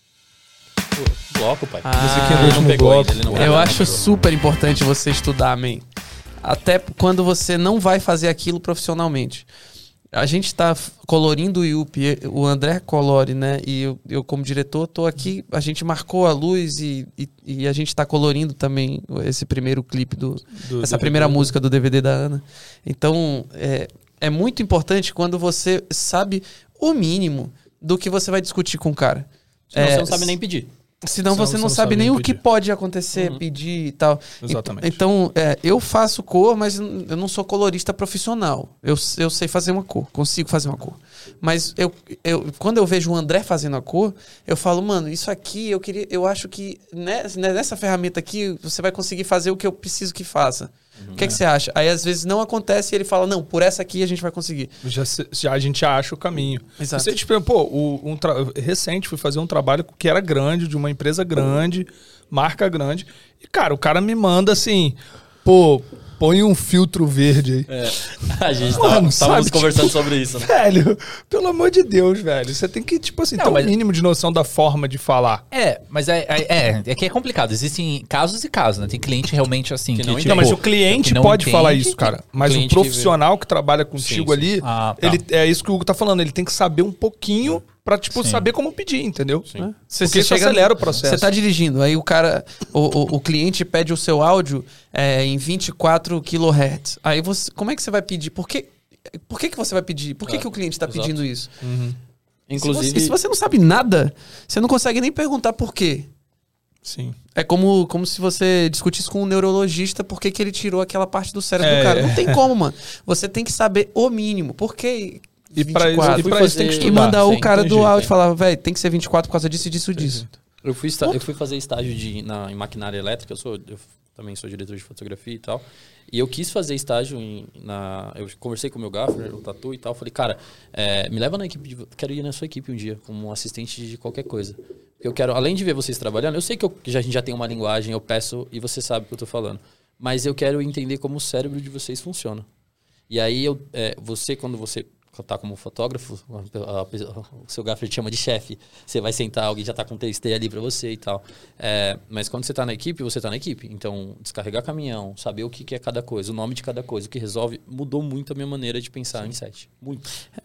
S4: Bloco, pai.
S2: Musiquinha do
S4: Ele
S2: último
S4: não pegou
S2: bloco.
S4: ainda, ele não
S3: Eu
S4: pegou.
S3: acho super importante você estudar, man. Até quando você não vai fazer aquilo profissionalmente. A gente tá colorindo o IUP, o André colore, né? E eu como diretor, tô aqui, a gente marcou a luz e a gente tá colorindo também esse primeiro clipe essa primeira música do DVD da Ana. Então, é muito importante quando você sabe o mínimo do que você vai discutir com o cara.
S4: Senão você não sabe nem pedir.
S3: Senão você não sabe nem o que
S2: pedir.
S3: pode acontecer, pedir e tal.
S2: Exatamente.
S3: Então, eu faço cor, mas eu não sou colorista profissional. Eu sei fazer uma cor, consigo fazer uma cor. Mas quando eu vejo o André fazendo a cor, eu falo, mano, isso aqui eu acho que nessa ferramenta aqui você vai conseguir fazer o que eu preciso que faça. O que você acha? Aí às vezes não acontece e ele fala, não, por essa aqui a gente vai conseguir.
S2: Já a gente já acha o caminho.
S3: Exato.
S2: Você, tipo, recente fui fazer um trabalho que era grande, de uma empresa grande, marca grande. E, cara, o cara me manda assim, pô, põe um filtro verde aí.
S4: A gente
S2: Mano,
S4: estávamos
S2: sabe,
S4: conversando
S2: tipo,
S4: sobre isso, né?
S2: Velho, pelo amor de Deus, velho. Você tem que, tipo assim,
S1: Não,
S2: ter um
S1: mas-
S2: mínimo de noção da forma de falar.
S1: Mas é que é complicado. Existem casos e casos, né? Tem cliente realmente assim
S4: Que
S1: que,
S4: não
S1: tipo,
S2: Não, mas o cliente
S1: que não
S2: pode
S1: entende.
S2: falar isso, cara. Mas o
S4: cliente
S2: profissional que trabalha contigo
S4: Sim,
S2: ali,
S1: Ah, tá.
S2: é isso que o Hugo tá falando. Ele tem que saber um pouquinho pra, tipo,
S1: Sim.
S2: saber como pedir, entendeu?
S4: Sim.
S2: Porque isso acelera o processo.
S3: Você tá dirigindo, aí o cara, o cliente pede o seu áudio em 24 kHz. Aí você, como é que você vai pedir? Por que você vai pedir? Por que o cliente tá
S4: Exato.
S3: pedindo isso?
S4: Inclusive,
S3: Se você não sabe nada, você não consegue nem perguntar por quê.
S5: Sim.
S3: É como se você discutisse com um neurologista por que ele tirou aquela parte do cérebro do cara. Não tem como, mano. Você tem que saber o mínimo. Por que
S5: E pra
S3: 24?
S5: isso tem que estudar.
S3: E mandar o cara do
S5: jeito,
S3: áudio falar, velho, tem que ser 24 por causa disso e disso.
S4: Eu fui fazer estágio em maquinária elétrica, eu também sou diretor de fotografia e tal. E eu quis fazer estágio eu conversei com o meu gaffer, o Tatu e tal. Falei, cara, me leva na equipe, quero ir na sua equipe um dia, como assistente de qualquer coisa. Eu quero, além de ver vocês trabalhando, eu sei que a gente já tem uma linguagem, eu peço e você sabe o que eu tô falando. Mas eu quero entender como o cérebro de vocês funciona. E aí, quando você tá como fotógrafo, o seu gaffer te chama de chefe. Você vai sentar, alguém já tá com texto ali pra você e tal. Mas quando você tá na equipe, você tá na equipe. Então, descarregar caminhão, saber o que é cada coisa, o nome de cada coisa, o que resolve, mudou muito a minha maneira de pensar em set. Muito.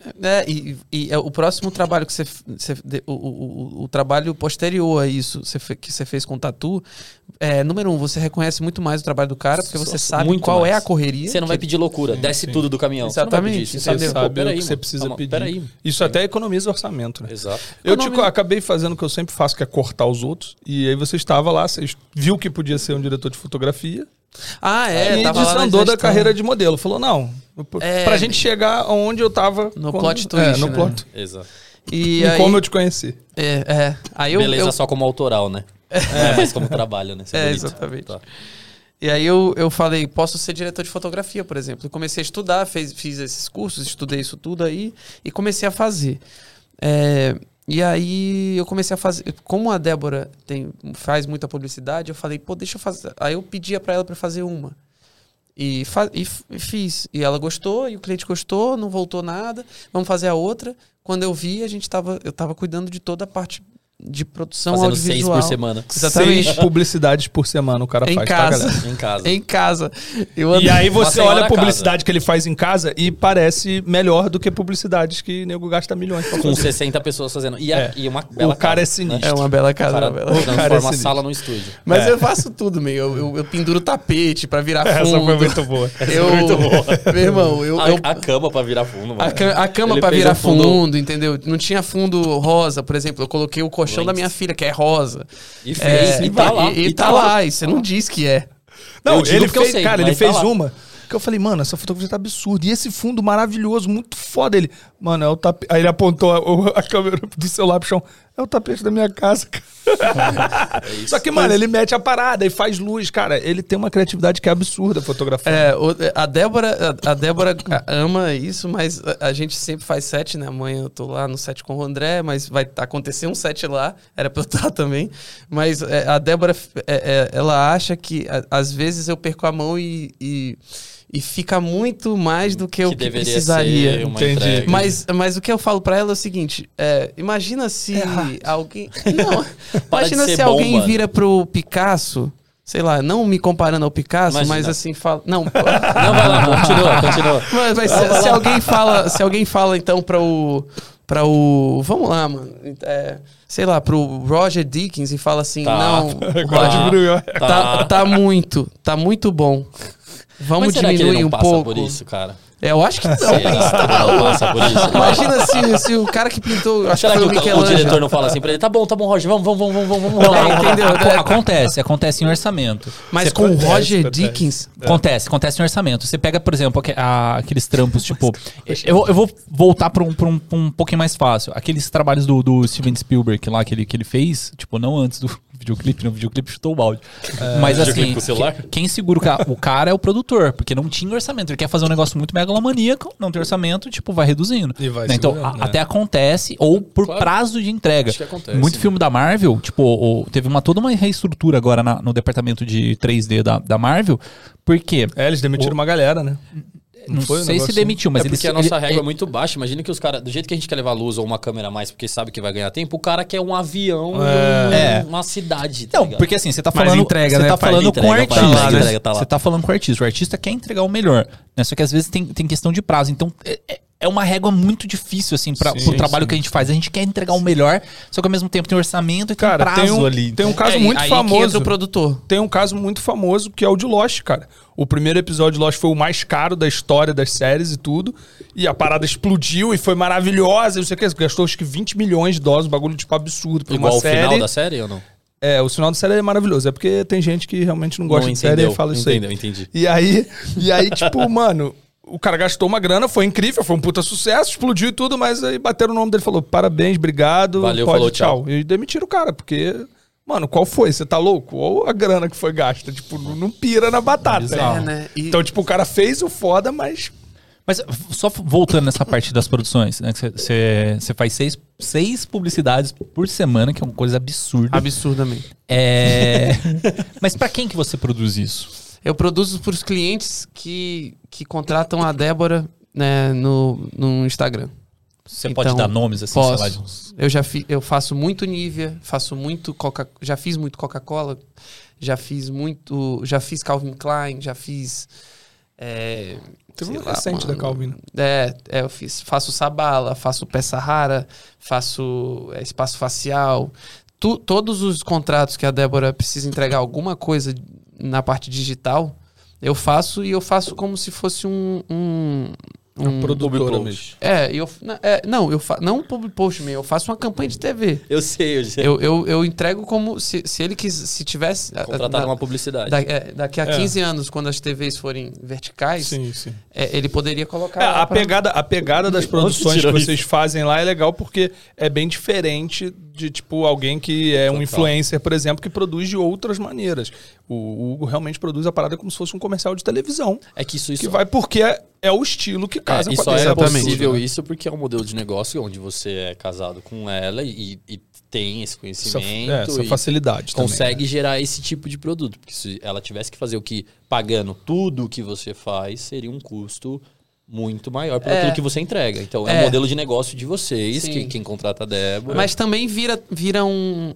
S3: O próximo trabalho que o trabalho posterior a isso que você fez com o Tatu, número 1, você reconhece muito mais o trabalho do cara, porque você sabe
S4: muito
S3: qual
S4: mais.
S3: é a correria.
S4: Você não vai pedir loucura, desce tudo do caminhão.
S3: Exatamente.
S4: Você não vai pedir,
S5: Você sabe
S4: peraí,
S5: o que você precisa pedir.
S4: Peraí.
S5: Isso até economiza orçamento, né?
S4: Exato.
S5: Eu acabei fazendo o que eu sempre faço, que é cortar os outros. E aí você estava lá, você viu que podia ser um diretor de fotografia.
S3: E
S5: E desandou da carreira de modelo. Falou, não, pra gente chegar onde eu tava...
S3: No plot twist,
S5: no
S3: né?
S5: plot.
S4: Exato.
S3: E aí,
S5: como eu te conheci.
S3: Aí
S4: Beleza só como autoral, né? Não é mais como trabalho, né? Isso é bonito.
S3: Exatamente.
S4: Tá.
S3: E aí eu falei, posso ser diretor de fotografia, por exemplo. Eu comecei a estudar, fiz esses cursos, estudei isso tudo aí e comecei a fazer. E aí eu comecei a fazer... Como a Débora faz muita publicidade, eu falei, deixa eu fazer... Aí eu pedia pra ela pra fazer uma. E fiz. E ela gostou, e o cliente gostou, não voltou nada. Vamos fazer a outra. Quando eu vi, eu tava cuidando de toda a parte de produção
S4: fazendo
S3: audiovisual.
S4: 6 por semana.
S3: Exatamente.
S5: 6 publicidades por semana o cara
S3: Em
S5: faz,
S3: casa.
S5: tá, galera?
S4: Em casa.
S3: Em casa.
S5: E aí você
S4: senhora
S5: olha a
S4: casa.
S5: publicidade que ele faz em casa e parece melhor do que publicidades que o nego gasta milhões pra
S4: Com
S5: fazer.
S4: 60 pessoas fazendo. E uma bela
S5: O cara
S4: casa,
S5: é sinistro.
S3: É uma bela casa.
S4: O cara
S3: uma bela...
S5: cara
S4: transforma
S5: é
S4: a
S5: sinistro.
S4: sala num estúdio.
S3: Mas eu faço tudo, meio. Eu penduro tapete pra virar fundo.
S5: Essa foi muito boa.
S3: Meu irmão,
S4: A cama pra virar fundo, mano.
S3: A cama
S4: Ele
S3: pra
S4: fez
S3: virar
S4: um fundo-
S3: fundo, entendeu? Não tinha fundo rosa, por exemplo. Eu coloquei o colchão da minha filha, que é rosa.
S4: E fez, e tá lá.
S3: E tá lá, e você não diz que é.
S5: Não,
S4: Eu digo
S5: ele
S4: porque eu
S5: fez,
S4: sei,
S5: cara, ele
S4: mas tá
S5: fez
S4: lá.
S5: uma que eu falei, mano, essa fotografia tá absurda. E esse fundo maravilhoso, muito foda. Ele, mano, é o tapete. Aí ele apontou a câmera do celular pro chão. É o tapete da minha casa, cara. Só que, mano, ele mete a parada e faz luz, cara. Ele tem uma criatividade que é absurda fotografando.
S3: A Débora ama isso, mas a gente sempre faz set, né? Amanhã eu tô lá no set com o André, mas vai acontecer um set lá. Era pra eu estar também. Mas a Débora, ela acha que às vezes eu perco a mão e fica muito mais do que o que
S4: deveria
S3: precisaria.
S4: ser uma
S5: Entendi.
S4: entrega.
S3: Mas o que eu falo pra ela é o seguinte: imagina se alguém. Não,
S4: Para de
S3: imagina
S4: ser
S3: se
S4: bom,
S3: alguém
S4: mano.
S3: vira pro Picasso, sei lá, não me comparando ao Picasso,
S4: Imagina.
S3: mas assim fala. Não,
S4: Não, vai lá, continua.
S3: mas se alguém fala então pra o. Vamos lá, mano. Sei lá, pro Roger Dickens e fala assim:
S4: Tá.
S3: não,
S5: Roger
S3: Roger, tá muito bom. Vamos
S4: Mas será que ele
S3: diminuir
S4: não
S3: um
S4: passa
S3: pouco.
S4: por isso, cara?
S3: Eu acho que não.
S4: Será que ele não passa por isso?
S3: Imagina se o cara que pintou. Acho
S4: Será
S3: que
S4: que
S3: foi o
S4: o
S3: Michelangelo.
S4: diretor não fala assim pra ele? Tá bom, Roger, vamos
S3: Entendeu?
S1: Acontece em orçamento.
S3: Mas
S1: Você
S3: com o
S5: acontece,
S3: Roger
S5: acontece.
S3: Dickens.
S1: Acontece em orçamento. Você pega, por exemplo, aqueles trampos, tipo... Eu vou voltar pra um pouquinho mais fácil. Aqueles trabalhos do Steven Spielberg lá, que ele fez, tipo, não antes do videoclipe, no videoclipe chutou o balde. Mas
S4: videoclipe
S1: assim,
S4: com o celular?
S1: quem segura o cara é o produtor, porque não tinha orçamento. Ele quer fazer um negócio muito megalomaníaco, não tem orçamento, tipo, vai reduzindo.
S5: E vai
S1: Né? Então,
S5: segurando, né?
S1: até acontece, ou por
S4: Claro.
S1: prazo de entrega.
S4: Acho que acontece.
S1: Muito filme da Marvel, tipo, teve toda uma reestrutura agora no departamento de 3D da Marvel, porque...
S5: Eles demitiram uma galera, né?
S1: Não
S5: foi um
S1: sei se
S5: negócio
S1: demitiu, mas
S4: Porque a nossa régua é
S1: ele-
S4: muito baixa. Imagina que os caras, do jeito que a gente quer levar luz ou uma câmera a mais porque sabe que vai ganhar tempo, o cara quer um avião e uma cidade. Tá
S1: Não,
S4: ligado?
S1: porque assim, você tá
S3: Mas
S1: falando,
S3: entrega,
S1: você
S3: né,
S1: tá
S3: pai?
S1: falando com o
S4: Entrega, pai,
S1: artista.
S4: entrega, tá lá.
S1: Você tá falando com o artista. O artista quer entregar o melhor, né? Só que às vezes tem questão de prazo. Então, é uma régua muito difícil, assim, pro trabalho que a gente faz. A gente quer entregar o melhor, só que ao mesmo tempo tem orçamento e tem
S5: Cara,
S1: prazo ali.
S5: tem um caso muito
S3: aí que entra
S5: famoso.
S3: o produtor.
S5: Tem um caso muito famoso que é o de Lost, cara. O primeiro episódio de Lost foi o mais caro da história das séries e tudo. E a parada explodiu e foi maravilhosa. Não sei o que. Gastou acho que $20 milhões. O bagulho, tipo, absurdo. Por
S4: Igual
S5: uma
S4: o
S5: série.
S4: final da série ou não?
S5: O final da série é maravilhoso. É porque tem gente que realmente não gosta de série e fala isso aí.
S4: Entendi.
S5: E aí, tipo, mano, o cara gastou uma grana, foi incrível, foi um puta sucesso, explodiu e tudo, mas aí bateram o nome dele e falou, parabéns, obrigado,
S4: Valeu,
S5: pode,
S4: falou,
S5: tchau. E demitiram o cara, porque... Mano, qual foi? Você tá louco? Ou a grana que foi gasta? Tipo, não pira na batata.
S3: né?
S5: Então, tipo, o cara fez o foda, mas...
S1: Mas só voltando nessa parte das produções, né? Você faz seis publicidades por semana, que é uma coisa absurda.
S3: Absurdamente.
S1: Mas pra quem que você produz isso?
S3: Eu produzo para os clientes que contratam a Débora, né, no Instagram.
S1: Você pode dar nomes assim,
S3: posso.
S1: sei lá, de uns...
S3: Eu faço muito Nivea, faço muito já fiz muito Coca-Cola, já fiz Calvin Klein, já fiz...
S5: Teve uma recente da Calvin.
S3: Eu faço Sabala, faço Peça Rara, faço Espaço Facial. Todos os contratos que a Débora precisa entregar alguma coisa na parte digital, eu faço como se fosse um
S5: produtora mesmo.
S3: Não um public post mesmo, eu faço uma campanha de TV.
S4: Eu sei.
S3: Eu entrego como se ele se tivesse...
S4: Contratar uma publicidade.
S3: Daqui a 15 anos, quando as TVs forem verticais,
S5: Sim.
S3: Ele poderia colocar...
S5: A pegada das produções que vocês fazem lá é legal porque é bem diferente de, tipo, alguém que é um influencer, por exemplo, que produz de outras maneiras. O Hugo realmente produz a parada como se fosse um comercial de televisão.
S4: É que isso
S5: que vai porque é o estilo que casa
S4: com
S5: a
S4: só é
S5: televisão.
S4: possível isso porque é um modelo de negócio onde você é casado com ela e tem esse conhecimento.
S5: Essa facilidade
S4: consegue
S5: também,
S4: gerar esse tipo de produto. Porque se ela tivesse que fazer pagando tudo o que você faz, seria um custo muito maior por aquilo que você entrega. Então, é um modelo de negócio de vocês, que quem contrata a Débora.
S3: Mas também vira um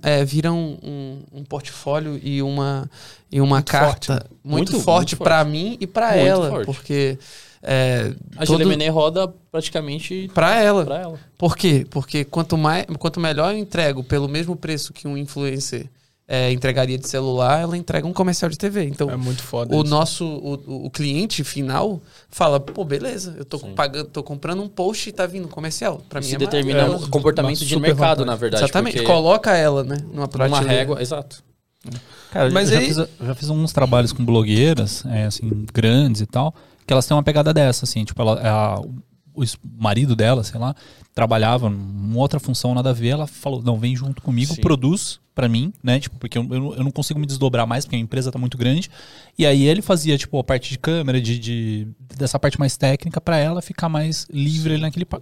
S3: portfólio e uma carta muito forte para mim e para ela. Forte. Porque...
S4: a Gelemenê roda praticamente
S3: para ela. Por quê? Porque quanto melhor eu entrego pelo mesmo preço que um influencer entregaria de celular, ela entrega um comercial de TV. Então,
S5: é muito foda
S3: o cliente final fala, pô, beleza, eu tô comprando um post e tá vindo um comercial. Pra mim
S4: se determina o comportamento de mercado, na verdade.
S3: Exatamente, coloca ela, né,
S4: numa régua, exato.
S1: Cara, mas eu já fiz alguns trabalhos com blogueiras, assim, grandes e tal, que elas têm uma pegada dessa, assim, tipo, o marido dela, sei lá, trabalhava numa outra função, nada a ver, ela falou, não, vem junto comigo, produz pra mim, né, tipo, porque eu não consigo me desdobrar mais, porque a empresa tá muito grande, e aí ele fazia, tipo, a parte de câmera, dessa parte mais técnica, pra ela ficar mais livre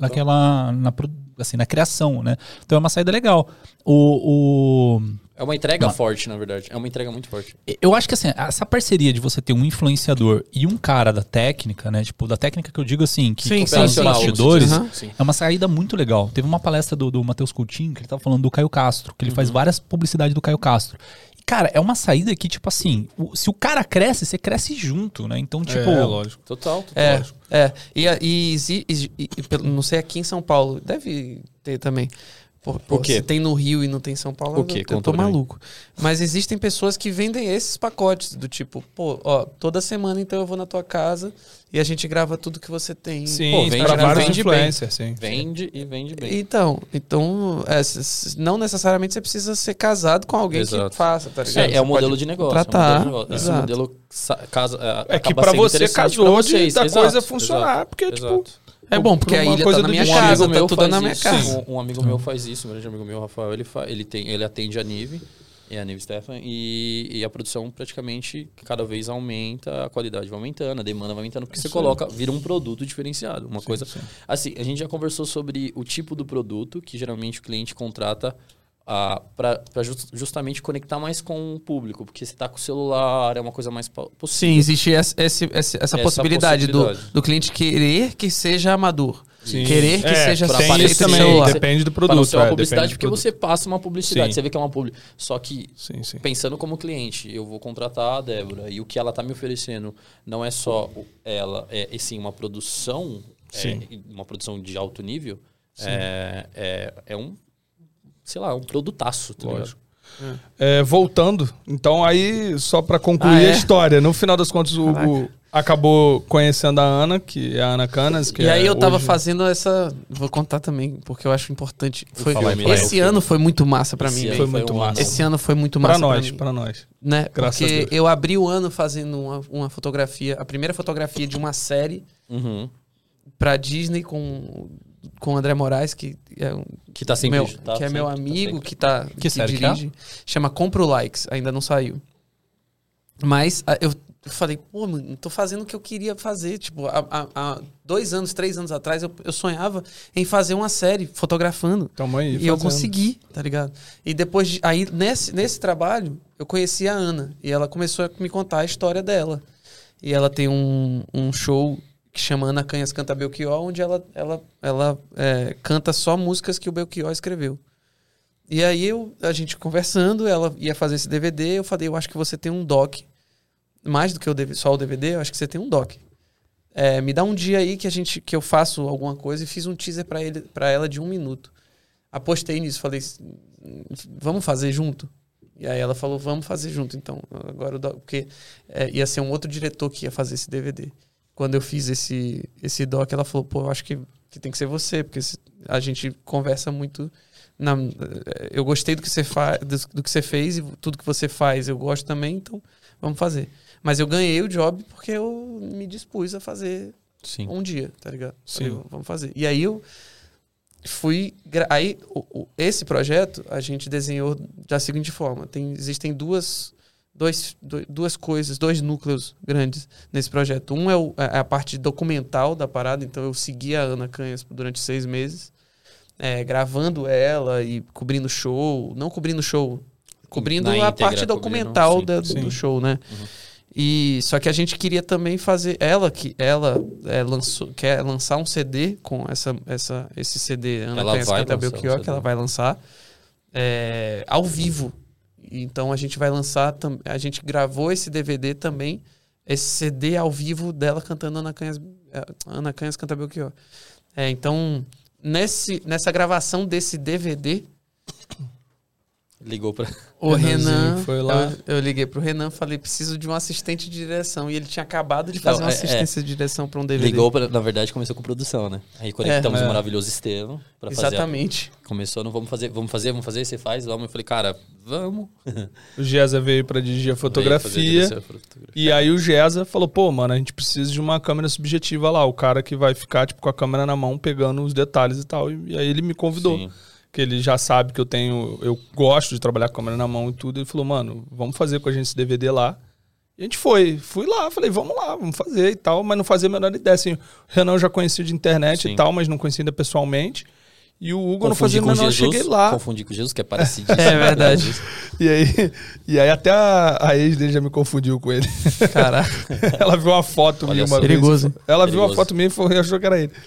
S1: na criação, né, então é uma saída legal.
S4: É uma entrega forte, na verdade. É uma entrega muito forte.
S1: Eu acho que assim, essa parceria de você ter um influenciador e um cara da técnica, né? Tipo, da técnica que eu digo assim, que tá nos bastidores, é uma saída muito legal. Teve uma palestra do Matheus Coutinho, que ele tava falando do Caio Castro, que ele faz várias publicidades do Caio Castro. E, cara, é uma saída que, tipo assim, se o cara cresce, você cresce junto, né? Então, tipo...
S5: lógico.
S4: Total.
S3: E não sei, aqui em São Paulo, deve ter também...
S4: O quê?
S3: Se tem no Rio e não tem em São Paulo, eu tô maluco. Mas existem pessoas que vendem esses pacotes do tipo, toda semana então eu vou na tua casa e a gente grava tudo que você tem.
S5: Sim, para vários influencers, sim.
S4: Vende bem.
S3: Então não necessariamente você precisa ser casado com alguém que faça, tá ligado?
S4: É um modelo de negócio.
S3: Tratar.
S4: Esse modelo
S5: que pra você casou da coisa funcionar, porque, tipo...
S3: É bom, porque a ilha tá na minha casa, tá tudo na minha casa.
S4: Um amigo meu faz isso, um grande amigo meu, Rafael, ele atende a Nive, a Nive Stefan, e a produção praticamente cada vez aumenta, a qualidade vai aumentando, a demanda vai aumentando, porque você vira um produto diferenciado. Uma coisa. Assim, a gente já conversou sobre o tipo do produto que geralmente o cliente contrata para justamente conectar mais com o público, porque você está com o celular, é uma coisa mais possível.
S3: Sim, existe essa possibilidade do cliente querer que seja amador.
S5: Sim.
S3: Querer que seja
S5: feito também, celular. Depende do produto.
S4: Para não ser uma publicidade, porque você passa uma publicidade, você vê que é uma publicidade. Só que, pensando como cliente, eu vou contratar a Débora, e o que ela está me oferecendo não é só ela, sim uma produção, uma produção de alto nível, um produtaço, tá ligado?
S5: Voltando, então aí, só pra concluir a história, no final das contas, acabou conhecendo a Ana, que é a Ana Canas. Que
S3: e aí eu tava
S5: hoje...
S3: fazendo essa... Vou contar também, porque eu acho importante. Esse
S4: ano
S3: ano foi muito massa pra mim.
S5: Foi muito massa.
S3: Esse ano foi muito massa
S5: Pra nós.
S3: Né?
S5: Graças a
S3: Porque
S5: Deus.
S3: eu abri o ano fazendo uma fotografia, a primeira fotografia de uma série pra Disney com o André Moraes, que é
S4: que tá sempre,
S3: que é meu amigo, que dirige. Chama Compro Likes, ainda não saiu. Mas eu falei, pô, mano, tô fazendo o que eu queria fazer. Tipo, há 2 anos, 3 anos atrás, eu sonhava em fazer uma série fotografando.
S5: Tamo aí,
S3: e eu consegui, tá ligado? E depois, aí nesse trabalho, eu conheci a Ana. E ela começou a me contar a história dela. E ela tem um show que chama Ana Canhas Canta Belchior, onde ela canta só músicas que o Belchior escreveu. E aí a gente conversando, ela ia fazer esse DVD, eu falei, eu acho que você tem um doc, mais do que só o DVD, eu acho que você tem um doc. Me dá um dia aí que eu faço alguma coisa, e fiz um teaser pra ela de 1 minuto. Apostei nisso, falei, vamos fazer junto? E aí ela falou, vamos fazer junto, então. Agora porque ia ser um outro diretor que ia fazer esse DVD. Quando eu fiz esse doc, ela falou, pô, eu acho que tem que ser você, porque a gente conversa muito... eu gostei do que você fez e tudo que você faz eu gosto também, então vamos fazer. Mas eu ganhei o job porque eu me dispus a fazer um dia, tá ligado? Falei, vamos fazer. E aí eu fui... Aí esse projeto a gente desenhou da seguinte forma. Existem duas coisas, 2 núcleos grandes nesse projeto. Um é a parte documental da parada, então eu segui a Ana Canhas durante 6 meses. Gravando ela e cobrindo show, não cobrindo show, cobrindo a parte documental do show, né? E só que a gente queria também fazer quer lançar um CD com esse CD Ana Canhas Canta Belchior, que ela vai lançar ao vivo. Então a gente vai lançar, a gente gravou esse DVD também, esse CD ao vivo dela cantando Ana Canhas Canta Belchior. Então nessa gravação desse DVD,
S4: ligou pra...
S3: O Renan
S5: foi lá.
S3: Eu liguei pro Renan, falei, preciso de um assistente de direção. E ele tinha acabado de fazer uma assistência de direção pra um DVD.
S4: Ligou, na verdade, começou com produção, né? Aí conectamos o maravilhoso Estevam pra fazer.
S3: Exatamente.
S4: Começou, não vamos fazer, você faz, vamos. Eu falei, cara, vamos.
S5: O Geza veio pra dirigir a fotografia. E aí o Geza falou, pô, mano, a gente precisa de uma câmera subjetiva lá. O cara que vai ficar, tipo, com a câmera na mão, pegando os detalhes e tal. E aí ele me convidou. Sim. Que ele já sabe que eu gosto de trabalhar com a câmera na mão e tudo. Ele falou, mano, vamos fazer com a gente esse DVD lá. E a gente fui lá, falei, vamos lá, vamos fazer e tal, mas não fazia a menor ideia, assim, o Renan eu já conhecia de internet e tal, mas não conhecia ainda pessoalmente. E o Hugo não fazia a menor, eu cheguei lá.
S4: Confundi com o Jesus, que é parecido.
S3: É verdade.
S5: E aí até a ex dele já me confundiu com ele.
S3: Caraca.
S5: Ela viu uma foto minha uma
S3: perigoso.
S5: vez. Ela viu uma foto minha e achou que era ele.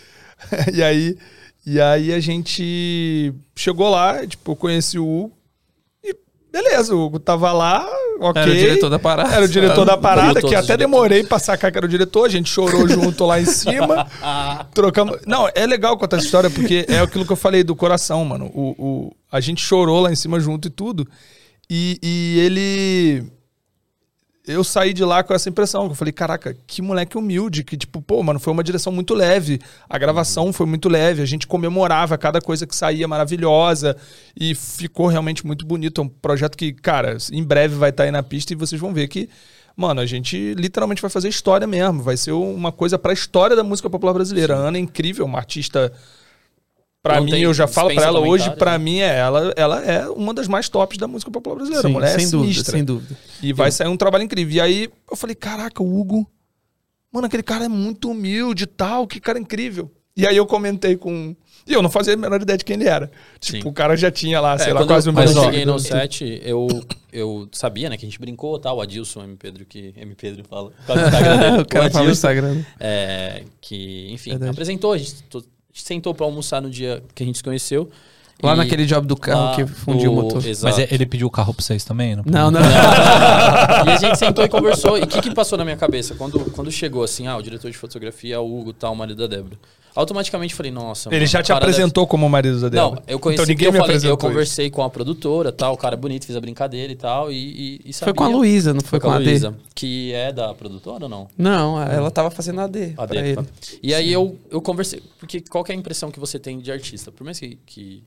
S5: E aí a gente chegou lá, tipo, eu conheci o Hugo e beleza, o Hugo tava lá, ok.
S3: Era o diretor da parada.
S5: Era o diretor da parada, que até demorei pra sacar que era o diretor, a gente chorou junto lá em cima, trocamos... Não, é legal contar essa história, porque é aquilo que eu falei do coração, mano. A gente chorou lá em cima junto e tudo, e ele... Eu saí de lá com essa impressão, eu falei, caraca, que moleque humilde, que tipo, pô, mano, foi uma direção muito leve, a gravação foi muito leve, a gente comemorava cada coisa que saía maravilhosa e ficou realmente muito bonito, é um projeto que, cara, em breve vai estar aí na pista e vocês vão ver que, mano, a gente literalmente vai fazer história mesmo, vai ser uma coisa pra história da música popular brasileira. A Ana é incrível, uma artista... Pra mim, eu já falo pra ela hoje, pra mim, ela é uma das mais tops da música popular brasileira.
S3: Sim,
S5: mulher
S3: sem
S5: é sinistra.
S3: Sem dúvida.
S5: E vai sair um trabalho incrível. E aí, eu falei, caraca, o Hugo... Mano, aquele cara é muito humilde e tal, que cara incrível. E aí eu comentei com... E eu não fazia a menor ideia de quem ele era. Tipo, o cara já tinha lá, sei lá, quase um
S4: mês. Quando eu cheguei no set, eu sabia, né, que a gente brincou, tal, o Adilson, M. Pedro fala.
S3: O cara fala no Instagram.
S4: Que, enfim, apresentou, a gente sentou pra almoçar no dia que a gente se conheceu.
S3: Lá naquele job do carro que fundiu o motor.
S1: Exato. Mas ele pediu o carro pra vocês também?
S3: Não.
S4: E a gente sentou e conversou. E o que passou na minha cabeça? Quando chegou assim, o diretor de fotografia, o Hugo, tal, o marido da Débora. automaticamente falei, nossa,
S5: Ele
S4: mano,
S5: já
S4: o
S5: te
S4: cara
S5: apresentou como o marido da Débora?
S4: Não, eu conheci,
S5: então, ninguém
S4: eu
S5: me
S4: falei,
S5: apresentou
S4: eu conversei com a produtora, tal, o cara é bonito, fiz a brincadeira e tal, e sabia.
S3: Foi com a Luísa, não foi com a AD?
S4: Luísa, que é da produtora ou não?
S3: Não, ela tava fazendo AD pra ele.
S4: Tá. E aí eu conversei, porque qual que é a impressão que você tem de artista? Por mais que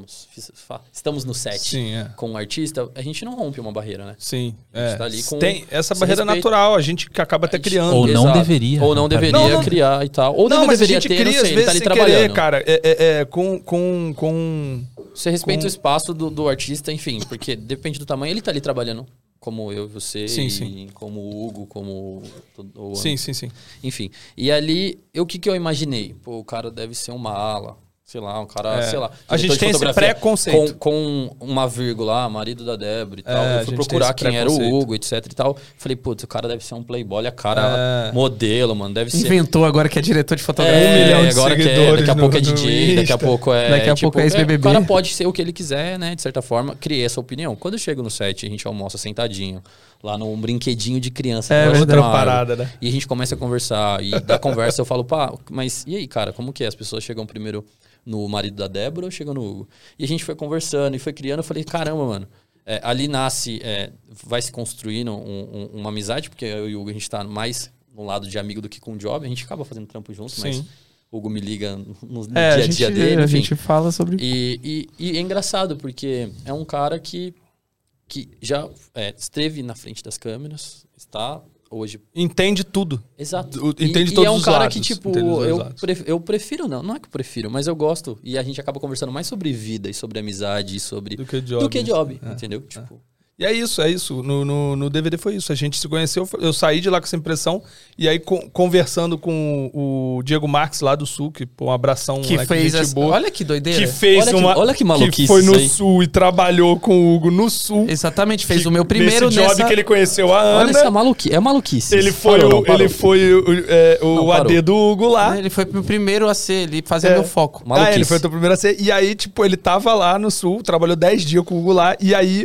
S4: estamos no set
S5: Sim,
S4: com um artista, a gente não rompe uma barreira, né?
S5: Sim.
S4: A gente tá ali com
S5: Tem essa
S4: esse
S5: barreira
S4: respeito.
S5: natural, a gente que acaba até criando.
S1: Ou não
S4: Exato.
S1: deveria.
S4: Ou não deveria
S5: Não,
S4: criar e tal. Ou não
S5: mas
S4: deveria
S5: a gente
S4: ter,
S5: cria,
S4: não sei,
S5: às
S4: ele tá
S5: vezes,
S4: ali
S5: sem querer,
S4: trabalhando.
S5: cara. Com...
S4: Você respeita o espaço do artista, enfim, porque depende do tamanho, ele tá ali trabalhando como eu e você,
S5: Sim.
S4: como o Hugo, como o
S5: Sim.
S4: enfim. E ali, o que eu imaginei? Pô, o cara deve ser uma ala, sei lá, um cara, sei lá.
S5: A gente tem esse
S4: fotografia
S5: preconceito.
S4: Com uma vírgula, marido da Débora e tal.
S5: a
S4: Eu fui
S5: gente
S4: procurar
S5: tem esse
S4: quem era o
S5: preconceito.
S4: Hugo, etc e tal. Falei, putz, o cara deve ser um playboy, a cara modelo, mano, deve ser...
S3: Inventou agora que é diretor de fotografia.
S5: 1 milhão de
S4: agora que
S5: seguidores
S4: daqui a pouco é
S5: no
S4: DJ, daqui a
S5: Insta.
S4: pouco é...
S3: Daqui a pouco é ex-BBB.
S4: O cara pode ser o que ele quiser, né? De certa forma, criei essa opinião. Quando eu chego no set, a gente almoça sentadinho, lá num brinquedinho de criança.
S5: É,
S4: que gosta de
S5: outra
S4: tomar água.
S5: parada, né?
S4: E a gente começa a conversar. E da conversa eu falo, pá, mas e aí, cara, como que é? As pessoas chegam primeiro no marido da Débora ou chegam no Hugo? E a gente foi conversando e foi criando. Eu falei, caramba, mano. Ali nasce, vai se construindo uma amizade, porque eu e o Hugo, a gente tá mais no lado de amigo do que com job. A gente acaba fazendo trampo junto, mas o Hugo me liga no dia a dia dele.
S3: A
S4: Enfim.
S3: gente fala sobre...
S4: E é engraçado, porque é um cara que já esteve na frente das câmeras, está hoje...
S5: Entende tudo.
S4: Exato.
S5: Entende
S4: e
S5: todos
S4: é um
S5: os
S4: cara
S5: lados.
S4: que, tipo,
S5: Entende os dois lados.
S4: eu prefiro, não é que eu prefiro, mas eu gosto. E a gente acaba conversando mais sobre vida e sobre amizade e sobre...
S5: Do que job.
S4: Entendeu? Tipo...
S5: E é isso. No DVD foi isso. A gente se conheceu, eu saí de lá com essa impressão. E aí, conversando com o Diego Marques lá do Sul, que, pô, um abração,
S3: Que
S5: moleque,
S3: fez
S5: gente
S3: essa...
S5: boa.
S3: Olha que doideira.
S5: Que fez
S4: olha que maluquice
S5: que foi no
S4: isso aí.
S5: Sul e trabalhou com o Hugo no Sul.
S3: Exatamente, fez
S5: Que-
S3: o meu primeiro
S5: nesse job
S3: nessa...
S5: que ele conheceu a
S4: Olha
S5: Ana.
S4: essa maluquice. É maluquice.
S5: Ele
S4: isso.
S5: foi
S4: Parou,
S5: o
S4: Não,
S5: AD
S4: parou.
S5: do Hugo lá.
S3: Ele foi o primeiro a ser, ele fazia meu foco.
S4: Maluquice.
S5: Ele foi o teu primeiro a ser. E aí, tipo, ele tava lá no Sul, trabalhou 10 dias com o Hugo lá. E aí,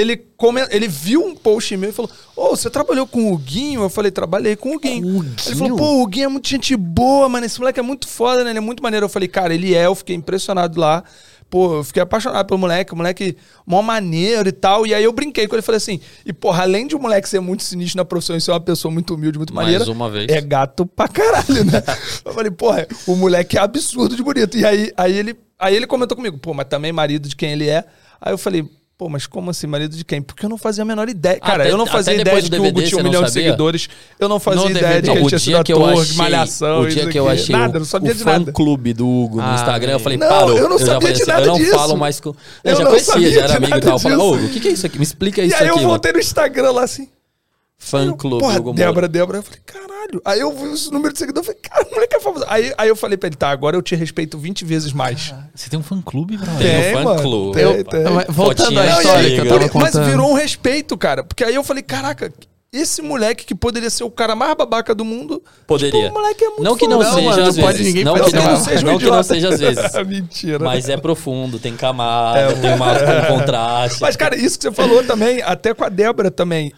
S5: ele viu um post meu e falou: Ô, você trabalhou com o Huguinho? Eu falei: trabalhei com o Huguinho. Ele falou: pô, o Huguinho é muito gente boa, mano. Esse moleque é muito foda, né? Ele é muito maneiro. Eu falei: cara, eu fiquei impressionado lá. Pô, eu fiquei apaixonado pelo moleque, o moleque mó maneiro e tal. E aí eu brinquei com ele e falei assim: e porra, além de o moleque ser muito sinistro na profissão e ser uma pessoa muito humilde, muito
S4: Mais
S5: maneira,
S4: uma vez.
S5: é gato pra caralho, né? Eu falei: porra, o moleque é absurdo de bonito. E aí ele comentou comigo: pô, mas também marido de quem ele é. Aí eu falei: pô, mas como assim, marido de quem? Porque eu não fazia a menor ideia. Cara, eu não fazia
S4: até
S5: ideia
S4: depois
S5: de
S4: do
S5: que o Hugo
S4: DVD
S5: tinha 1
S4: você não
S5: milhão de
S4: sabia?
S5: seguidores. Eu não fazia
S3: No
S5: ideia de
S3: DVD.
S5: que ele tinha sido ator, de malhação.
S4: o dia
S5: isso
S4: que eu
S5: aqui.
S4: achei
S5: Nada, eu não sabia
S4: o
S5: de nada.
S4: fã-clube do Hugo no Instagram, eu falei,
S5: Não,
S4: parou.
S5: eu não
S4: já
S5: sabia
S4: falei
S5: de
S4: assim,
S5: nada
S4: eu não
S5: disso.
S4: falo mais com...
S5: Eu
S4: Eu já
S5: não
S4: conhecia,
S5: sabia
S4: já era
S5: de
S4: amigo e
S5: nada
S4: tal. Eu falei,
S5: disso.
S4: Hugo, o que é isso aqui? Me explica isso
S5: E aí eu
S4: aqui,
S5: voltei no Instagram lá assim.
S4: Fã-clube
S5: Porra,
S4: Hugo Moura.
S5: Débora. Eu falei: caralho. Aí eu vi os números de seguidores. Eu falei: cara, o moleque é famoso. Aí eu falei pra ele: tá, agora eu te respeito 20 vezes mais.
S1: Você tem um fã-clube, brother?
S4: Tem um
S5: mano.
S4: fã-clube.
S5: Tem.
S3: Voltando
S4: Fotinha
S3: à
S4: de
S3: história
S4: tigre.
S3: que eu tava
S5: Mas
S3: contando.
S5: virou um respeito, cara. Porque aí eu falei: caraca, esse moleque que poderia ser o cara mais babaca do mundo.
S4: Poderia.
S5: Tipo, o moleque é muito
S4: Não que não
S5: foda.
S4: seja
S3: mano,
S4: às
S3: não pode
S4: vezes.
S3: ninguém
S4: Não
S3: fazer
S4: que não
S3: nada.
S5: seja um
S4: não que não
S5: idiota.
S4: seja às vezes.
S5: Mentira.
S4: Mas é profundo, tem camada, tem um contraste.
S5: Mas, cara, isso que você falou também, até com a Débora também.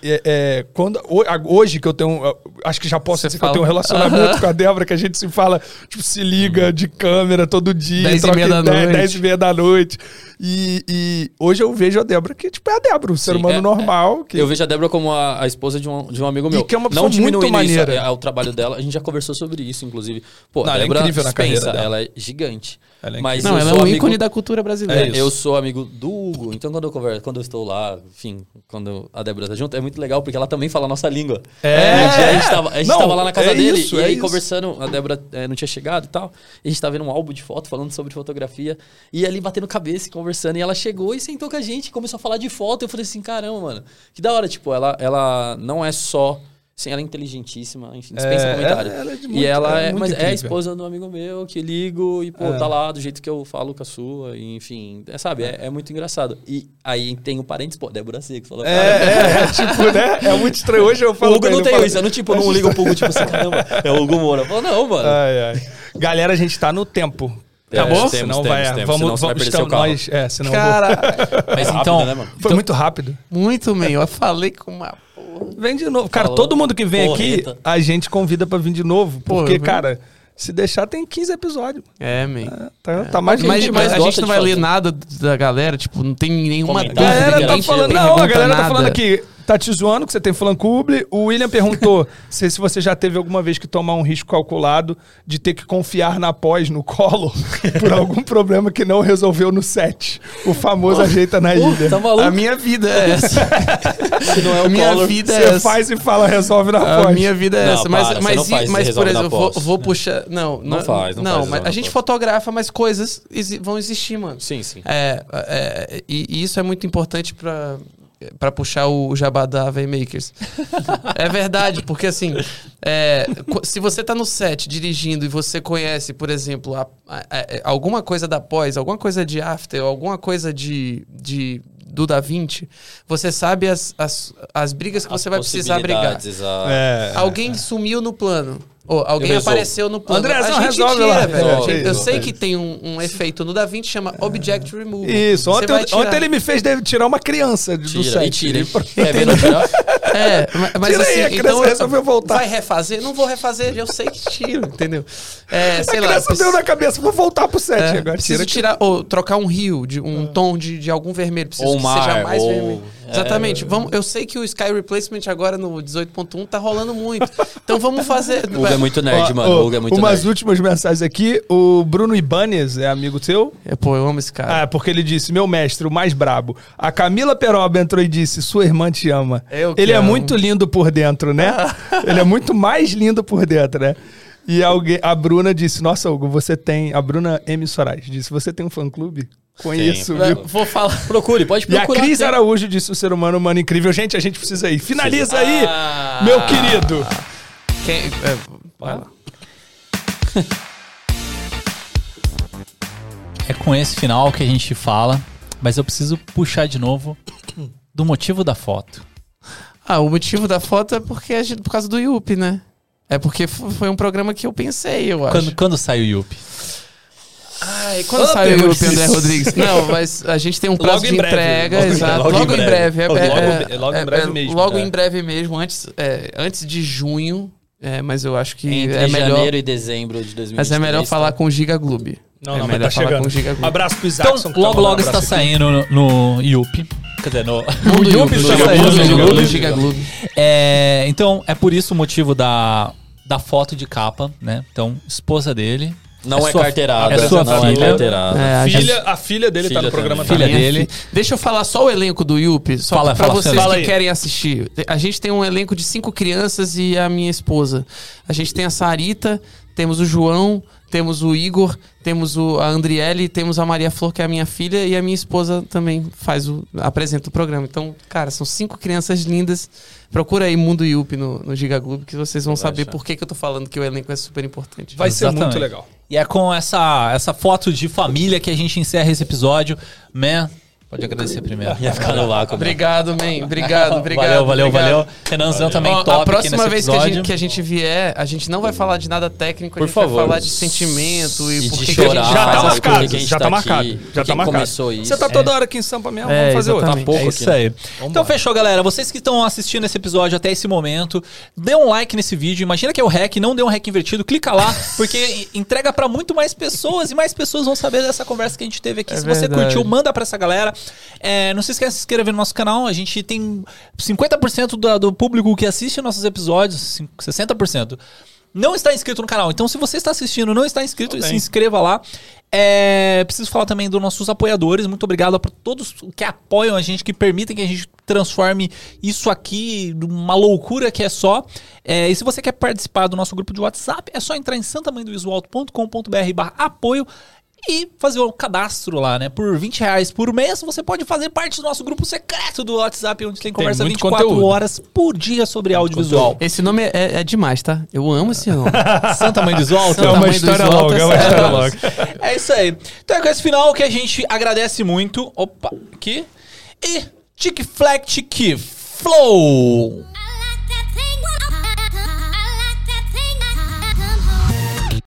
S5: Hoje que eu tenho. Acho que já posso
S3: Você
S5: dizer que
S3: fala?
S5: eu tenho um relacionamento com a Débora, que a gente se fala, tipo, se liga de câmera todo dia,
S3: 10h30
S5: troca
S3: da
S5: ideia,
S3: noite.
S5: 10h30 da noite. E hoje eu vejo a Débora que, tipo, é a Débora, um ser
S4: Sim,
S5: humano normal. Que...
S4: Eu vejo a Débora como a esposa de um amigo meu.
S5: E que é uma
S4: não
S5: pessoa muito
S4: diminuindo
S5: maneira.
S4: isso, o trabalho dela. A gente já conversou sobre isso, inclusive. Pô,
S5: Não,
S4: a
S5: ela é
S4: Débora
S5: incrível na carreira
S4: dispensa,
S5: dela.
S4: ela é gigante.
S5: Ela é
S4: Mas
S3: Não,
S4: eu
S3: ela é
S4: sou
S3: um
S4: amigo-
S3: ícone da cultura brasileira.
S5: isso.
S4: Eu sou amigo do Hugo, então quando eu estou lá, enfim, quando a Débora tá junto, é muito legal porque ela também fala a nossa língua.
S5: É.
S4: Um dia a gente
S5: Não,
S4: tava lá na casa
S5: é
S4: dele
S5: isso,
S4: e
S5: é
S4: aí
S5: isso.
S4: conversando, a Débora não tinha chegado e tal, e a gente tava vendo um álbum de foto falando sobre fotografia e ali batendo cabeça e conversando, e ela chegou e sentou com a gente, começou a falar de foto, eu falei assim, caramba, mano, que da hora, tipo, ela não é só... Sim, ela é inteligentíssima, enfim, dispensa comentário.
S5: ela é de
S4: E
S5: muito-
S4: ela
S5: é
S4: é,
S5: muito
S4: mas é a
S5: incrível.
S4: esposa do amigo meu que ligo e, pô, tá lá do jeito que eu falo com a sua, e, enfim, sabe, é muito engraçado. E aí tem o parênteses, pô, Débora Seco, falou,
S5: Tipo, né? É muito estranho. Hoje eu
S4: o
S5: falo
S4: Hugo
S5: com ele,
S4: não
S5: eu
S4: tem
S5: falo-
S4: isso, eu não ligo pro Hugo, tipo assim, caramba, é o Hugo Moura. Falou, não, mano.
S5: Ai. Galera, a gente tá no tempo.
S4: Acabou?
S5: Senão vai.
S4: Senão
S5: Vamos,
S4: você vai perder seu
S5: estamos
S4: carro.
S5: nós. Senão eu
S3: Cara,
S1: Mas
S4: Rápido,
S1: então,
S4: né, mano?
S5: vou. Foi muito rápido.
S3: muito, man. Eu falei com uma porra.
S5: Vem de novo. Cara,
S4: Falou.
S5: todo mundo que vem aqui,
S4: Porreta.
S5: a gente convida pra vir de novo.
S3: Pô,
S5: Porque,
S3: eu-
S5: cara, Se deixar, tem 15 episódios.
S3: Man.
S5: Tá mais
S3: Mas
S5: gente,
S3: a gente
S4: gosta
S3: não
S4: de
S3: vai ler
S4: fazer.
S3: nada da galera, tipo, não tem nenhuma
S4: Comentário.
S3: dúvida.
S5: A galera tá
S3: ninguém
S5: falando,
S3: pergunta
S5: não, a galera tá
S3: nada.
S5: falando aqui, tá te zoando que você tem fã-clube. O William perguntou se você já teve alguma vez que tomar um risco calculado de ter que confiar na pós, no colo, por algum problema que não resolveu no set. O famoso ajeita na ilha.
S4: Tá maluco?
S3: A minha vida é essa.
S4: Se não é o
S3: A minha
S4: Collor.
S3: vida é
S5: Você
S3: essa.
S5: faz e fala, resolve na
S3: A
S5: pós.
S3: minha vida é
S4: Não,
S3: essa.
S4: para, você não faz,
S3: Mas
S4: você
S3: por
S4: resolve na
S3: exemplo,
S4: pós.
S3: vou puxar. Não
S4: faz,
S3: mas a gente fotografa, mas coisas vão existir, mano.
S4: Sim, sim.
S3: E isso é muito importante pra puxar o jabá da AV Makers. É verdade, porque assim, se você tá no set dirigindo e você conhece, por exemplo, alguma coisa da pós, alguma coisa de after, alguma coisa do DaVinci, você sabe as brigas que você vai precisar brigar. Alguém sumiu no plano. Alguém apareceu no plano.
S5: Andrezão,
S3: a gente
S5: resolve
S3: tira,
S5: lá.
S3: velho.
S5: Resolve.
S3: Eu sei que tem um efeito no DaVinci que chama Object Removal.
S5: Isso,
S3: Você vai tirar.
S5: ontem ele me fez tirar uma criança do
S4: Tira,
S5: set.
S4: e tira. Quer ver não tirar?
S3: Mas
S5: Tira
S3: assim,
S5: aí, a criança resolveu voltar.
S3: Vai refazer? Não vou refazer, eu sei que tiro, entendeu? Sei
S5: A
S3: lá.
S5: criança deu na cabeça, vou voltar pro set agora.
S3: Preciso tirar, ou trocar um rio, um tom de algum vermelho. Preciso
S4: Ou
S3: que
S4: mar,
S3: seja mais
S4: ou-
S3: vermelho. Exatamente. Eu sei que o Sky Replacement agora no 18.1 tá rolando muito. Então vamos fazer.
S4: O Hugo é muito nerd, mano. O Hugo é muito
S5: umas
S4: nerd.
S5: últimas mensagens aqui. O Bruno Ibanez é amigo teu?
S3: Pô, eu amo esse cara.
S5: Porque ele disse, meu mestre, o mais brabo. A Camila Peroba entrou e disse, sua irmã te ama.
S3: Eu que
S5: Ele é
S3: amo.
S5: muito lindo por dentro, né? Ele é muito mais lindo por dentro, né? E a Bruna disse, nossa, Hugo, você tem... A Bruna M. Soares disse, você tem um fã-clube? Conheço, viu?
S3: Vou falar.
S4: Procure, pode
S5: E a
S4: procurar.
S5: Cris
S4: tem.
S5: Araújo disse, o ser humano, mano, incrível. Gente, a gente precisa ir. Finaliza aí, meu querido.
S3: Vai lá.
S1: É com esse final que a gente fala, mas eu preciso puxar de novo do motivo da foto.
S3: O motivo da foto é porque por causa do Yuppie, né? É porque foi um programa que eu pensei, eu acho.
S1: Quando sai o Yuppie?
S3: Quando sai o Yuppie, André Rodrigues? Não, mas a gente tem um prazo
S5: Logo
S3: de
S5: em breve.
S3: entrega, exato. Logo em breve.
S5: Logo em breve mesmo.
S3: Logo em breve mesmo, antes de junho. Mas eu acho que
S4: Entre
S3: é melhor.
S4: janeiro e dezembro de 2023.
S3: Mas é melhor falar com o Giga Globe.
S5: Não,
S3: é
S5: mas
S3: melhor
S5: tá
S3: falar
S5: chegando.
S3: com o Giga Globe.
S5: Abraço pro
S1: Então,
S5: Isaacson. que tá
S1: logo
S5: mandando
S1: está
S5: abraço aqui.
S1: saindo no Yuppie. Quer dizer, no
S3: No
S1: Yuppie está saindo
S3: no
S1: no
S3: Giga Globe.
S1: Então, é por isso o motivo da foto de capa, né? Então, esposa dele.
S4: Não é
S1: sua-
S4: carteirada.
S1: é sua
S4: não
S1: filha.
S4: é carteirada.
S5: A filha dele tá
S4: Filha
S5: no programa
S4: também.
S5: também.
S1: Filha dele.
S3: Deixa eu falar só o elenco do Yuppie, só
S1: Fala,
S3: pra
S1: fala,
S3: vocês
S1: fala
S3: que
S5: aí.
S3: querem assistir. A gente tem um elenco de 5 crianças e a minha esposa. A gente tem a Sarita, temos o João, temos o Igor, temos a Andriele, temos a Maria Flor, que é a minha filha, e a minha esposa também apresenta o programa. Então, cara, são 5 crianças lindas. Procura aí Mundo Yuppie no Giga Globo, que vocês vão saber por que eu tô falando que o elenco é super importante.
S5: Vai ser
S1: Exatamente.
S5: muito legal.
S1: E é com essa foto de família que a gente encerra esse episódio. Man, pode agradecer primeiro.
S4: Ia ficar no vácuo.
S3: Obrigado, man. Obrigado.
S1: Valeu. Renanzão também
S3: Ó,
S1: top
S3: a próxima
S1: aqui nesse
S3: vez
S1: episódio.
S3: que a gente vier, a gente não vai falar de nada técnico,
S4: Por
S3: a gente
S4: favor.
S3: vai falar de sentimento e
S4: E
S3: por
S4: de
S3: que que a gente
S4: chorar.
S5: Já tá
S3: faz as
S5: marcado,
S3: coisas.
S4: a gente
S5: já tá
S4: tá
S5: marcado,
S4: aqui,
S5: já tá
S4: quem
S5: marcado.
S4: começou isso.
S5: Você tá toda hora aqui em Sampa mesmo, vamos fazer outro.
S3: exatamente.
S4: pouco
S1: É
S4: aqui,
S1: isso aí.
S5: Vamos
S1: Então
S5: embora.
S1: fechou, galera. Vocês que estão assistindo esse episódio até esse momento, dê um like nesse vídeo. Imagina que é o REC, não dê um REC invertido. Clica lá, porque entrega pra muito mais pessoas e mais pessoas vão saber dessa conversa que a gente teve aqui.
S3: É
S1: Se você
S3: verdade.
S1: curtiu, manda pra essa galera. Não se esqueça de se inscrever no nosso canal. A gente tem 50% do público que assiste nossos episódios, 60%. Não está inscrito no canal. Então, se você está assistindo e não está inscrito, se inscreva lá. Preciso falar também dos nossos apoiadores. Muito obrigado para todos que apoiam a gente, que permitem que a gente transforme isso aqui numa loucura que é só. E se você quer participar do nosso grupo de WhatsApp, é só entrar em santamanhodoVisualto.com.br/apoio e fazer o cadastro lá, né? Por R$20 por mês, você pode fazer parte do nosso grupo secreto do WhatsApp, onde tem conversa
S5: muito
S1: 24
S5: conteúdo.
S1: horas por dia sobre audiovisual.
S3: Esse nome é demais, tá? Eu amo esse nome.
S1: Santa Mãe do Isolto?
S3: Santa Mãe do Isolto,
S1: É isso aí. Então é com esse final que a gente agradece muito. Opa, aqui. E Tic Flex Tic Flow!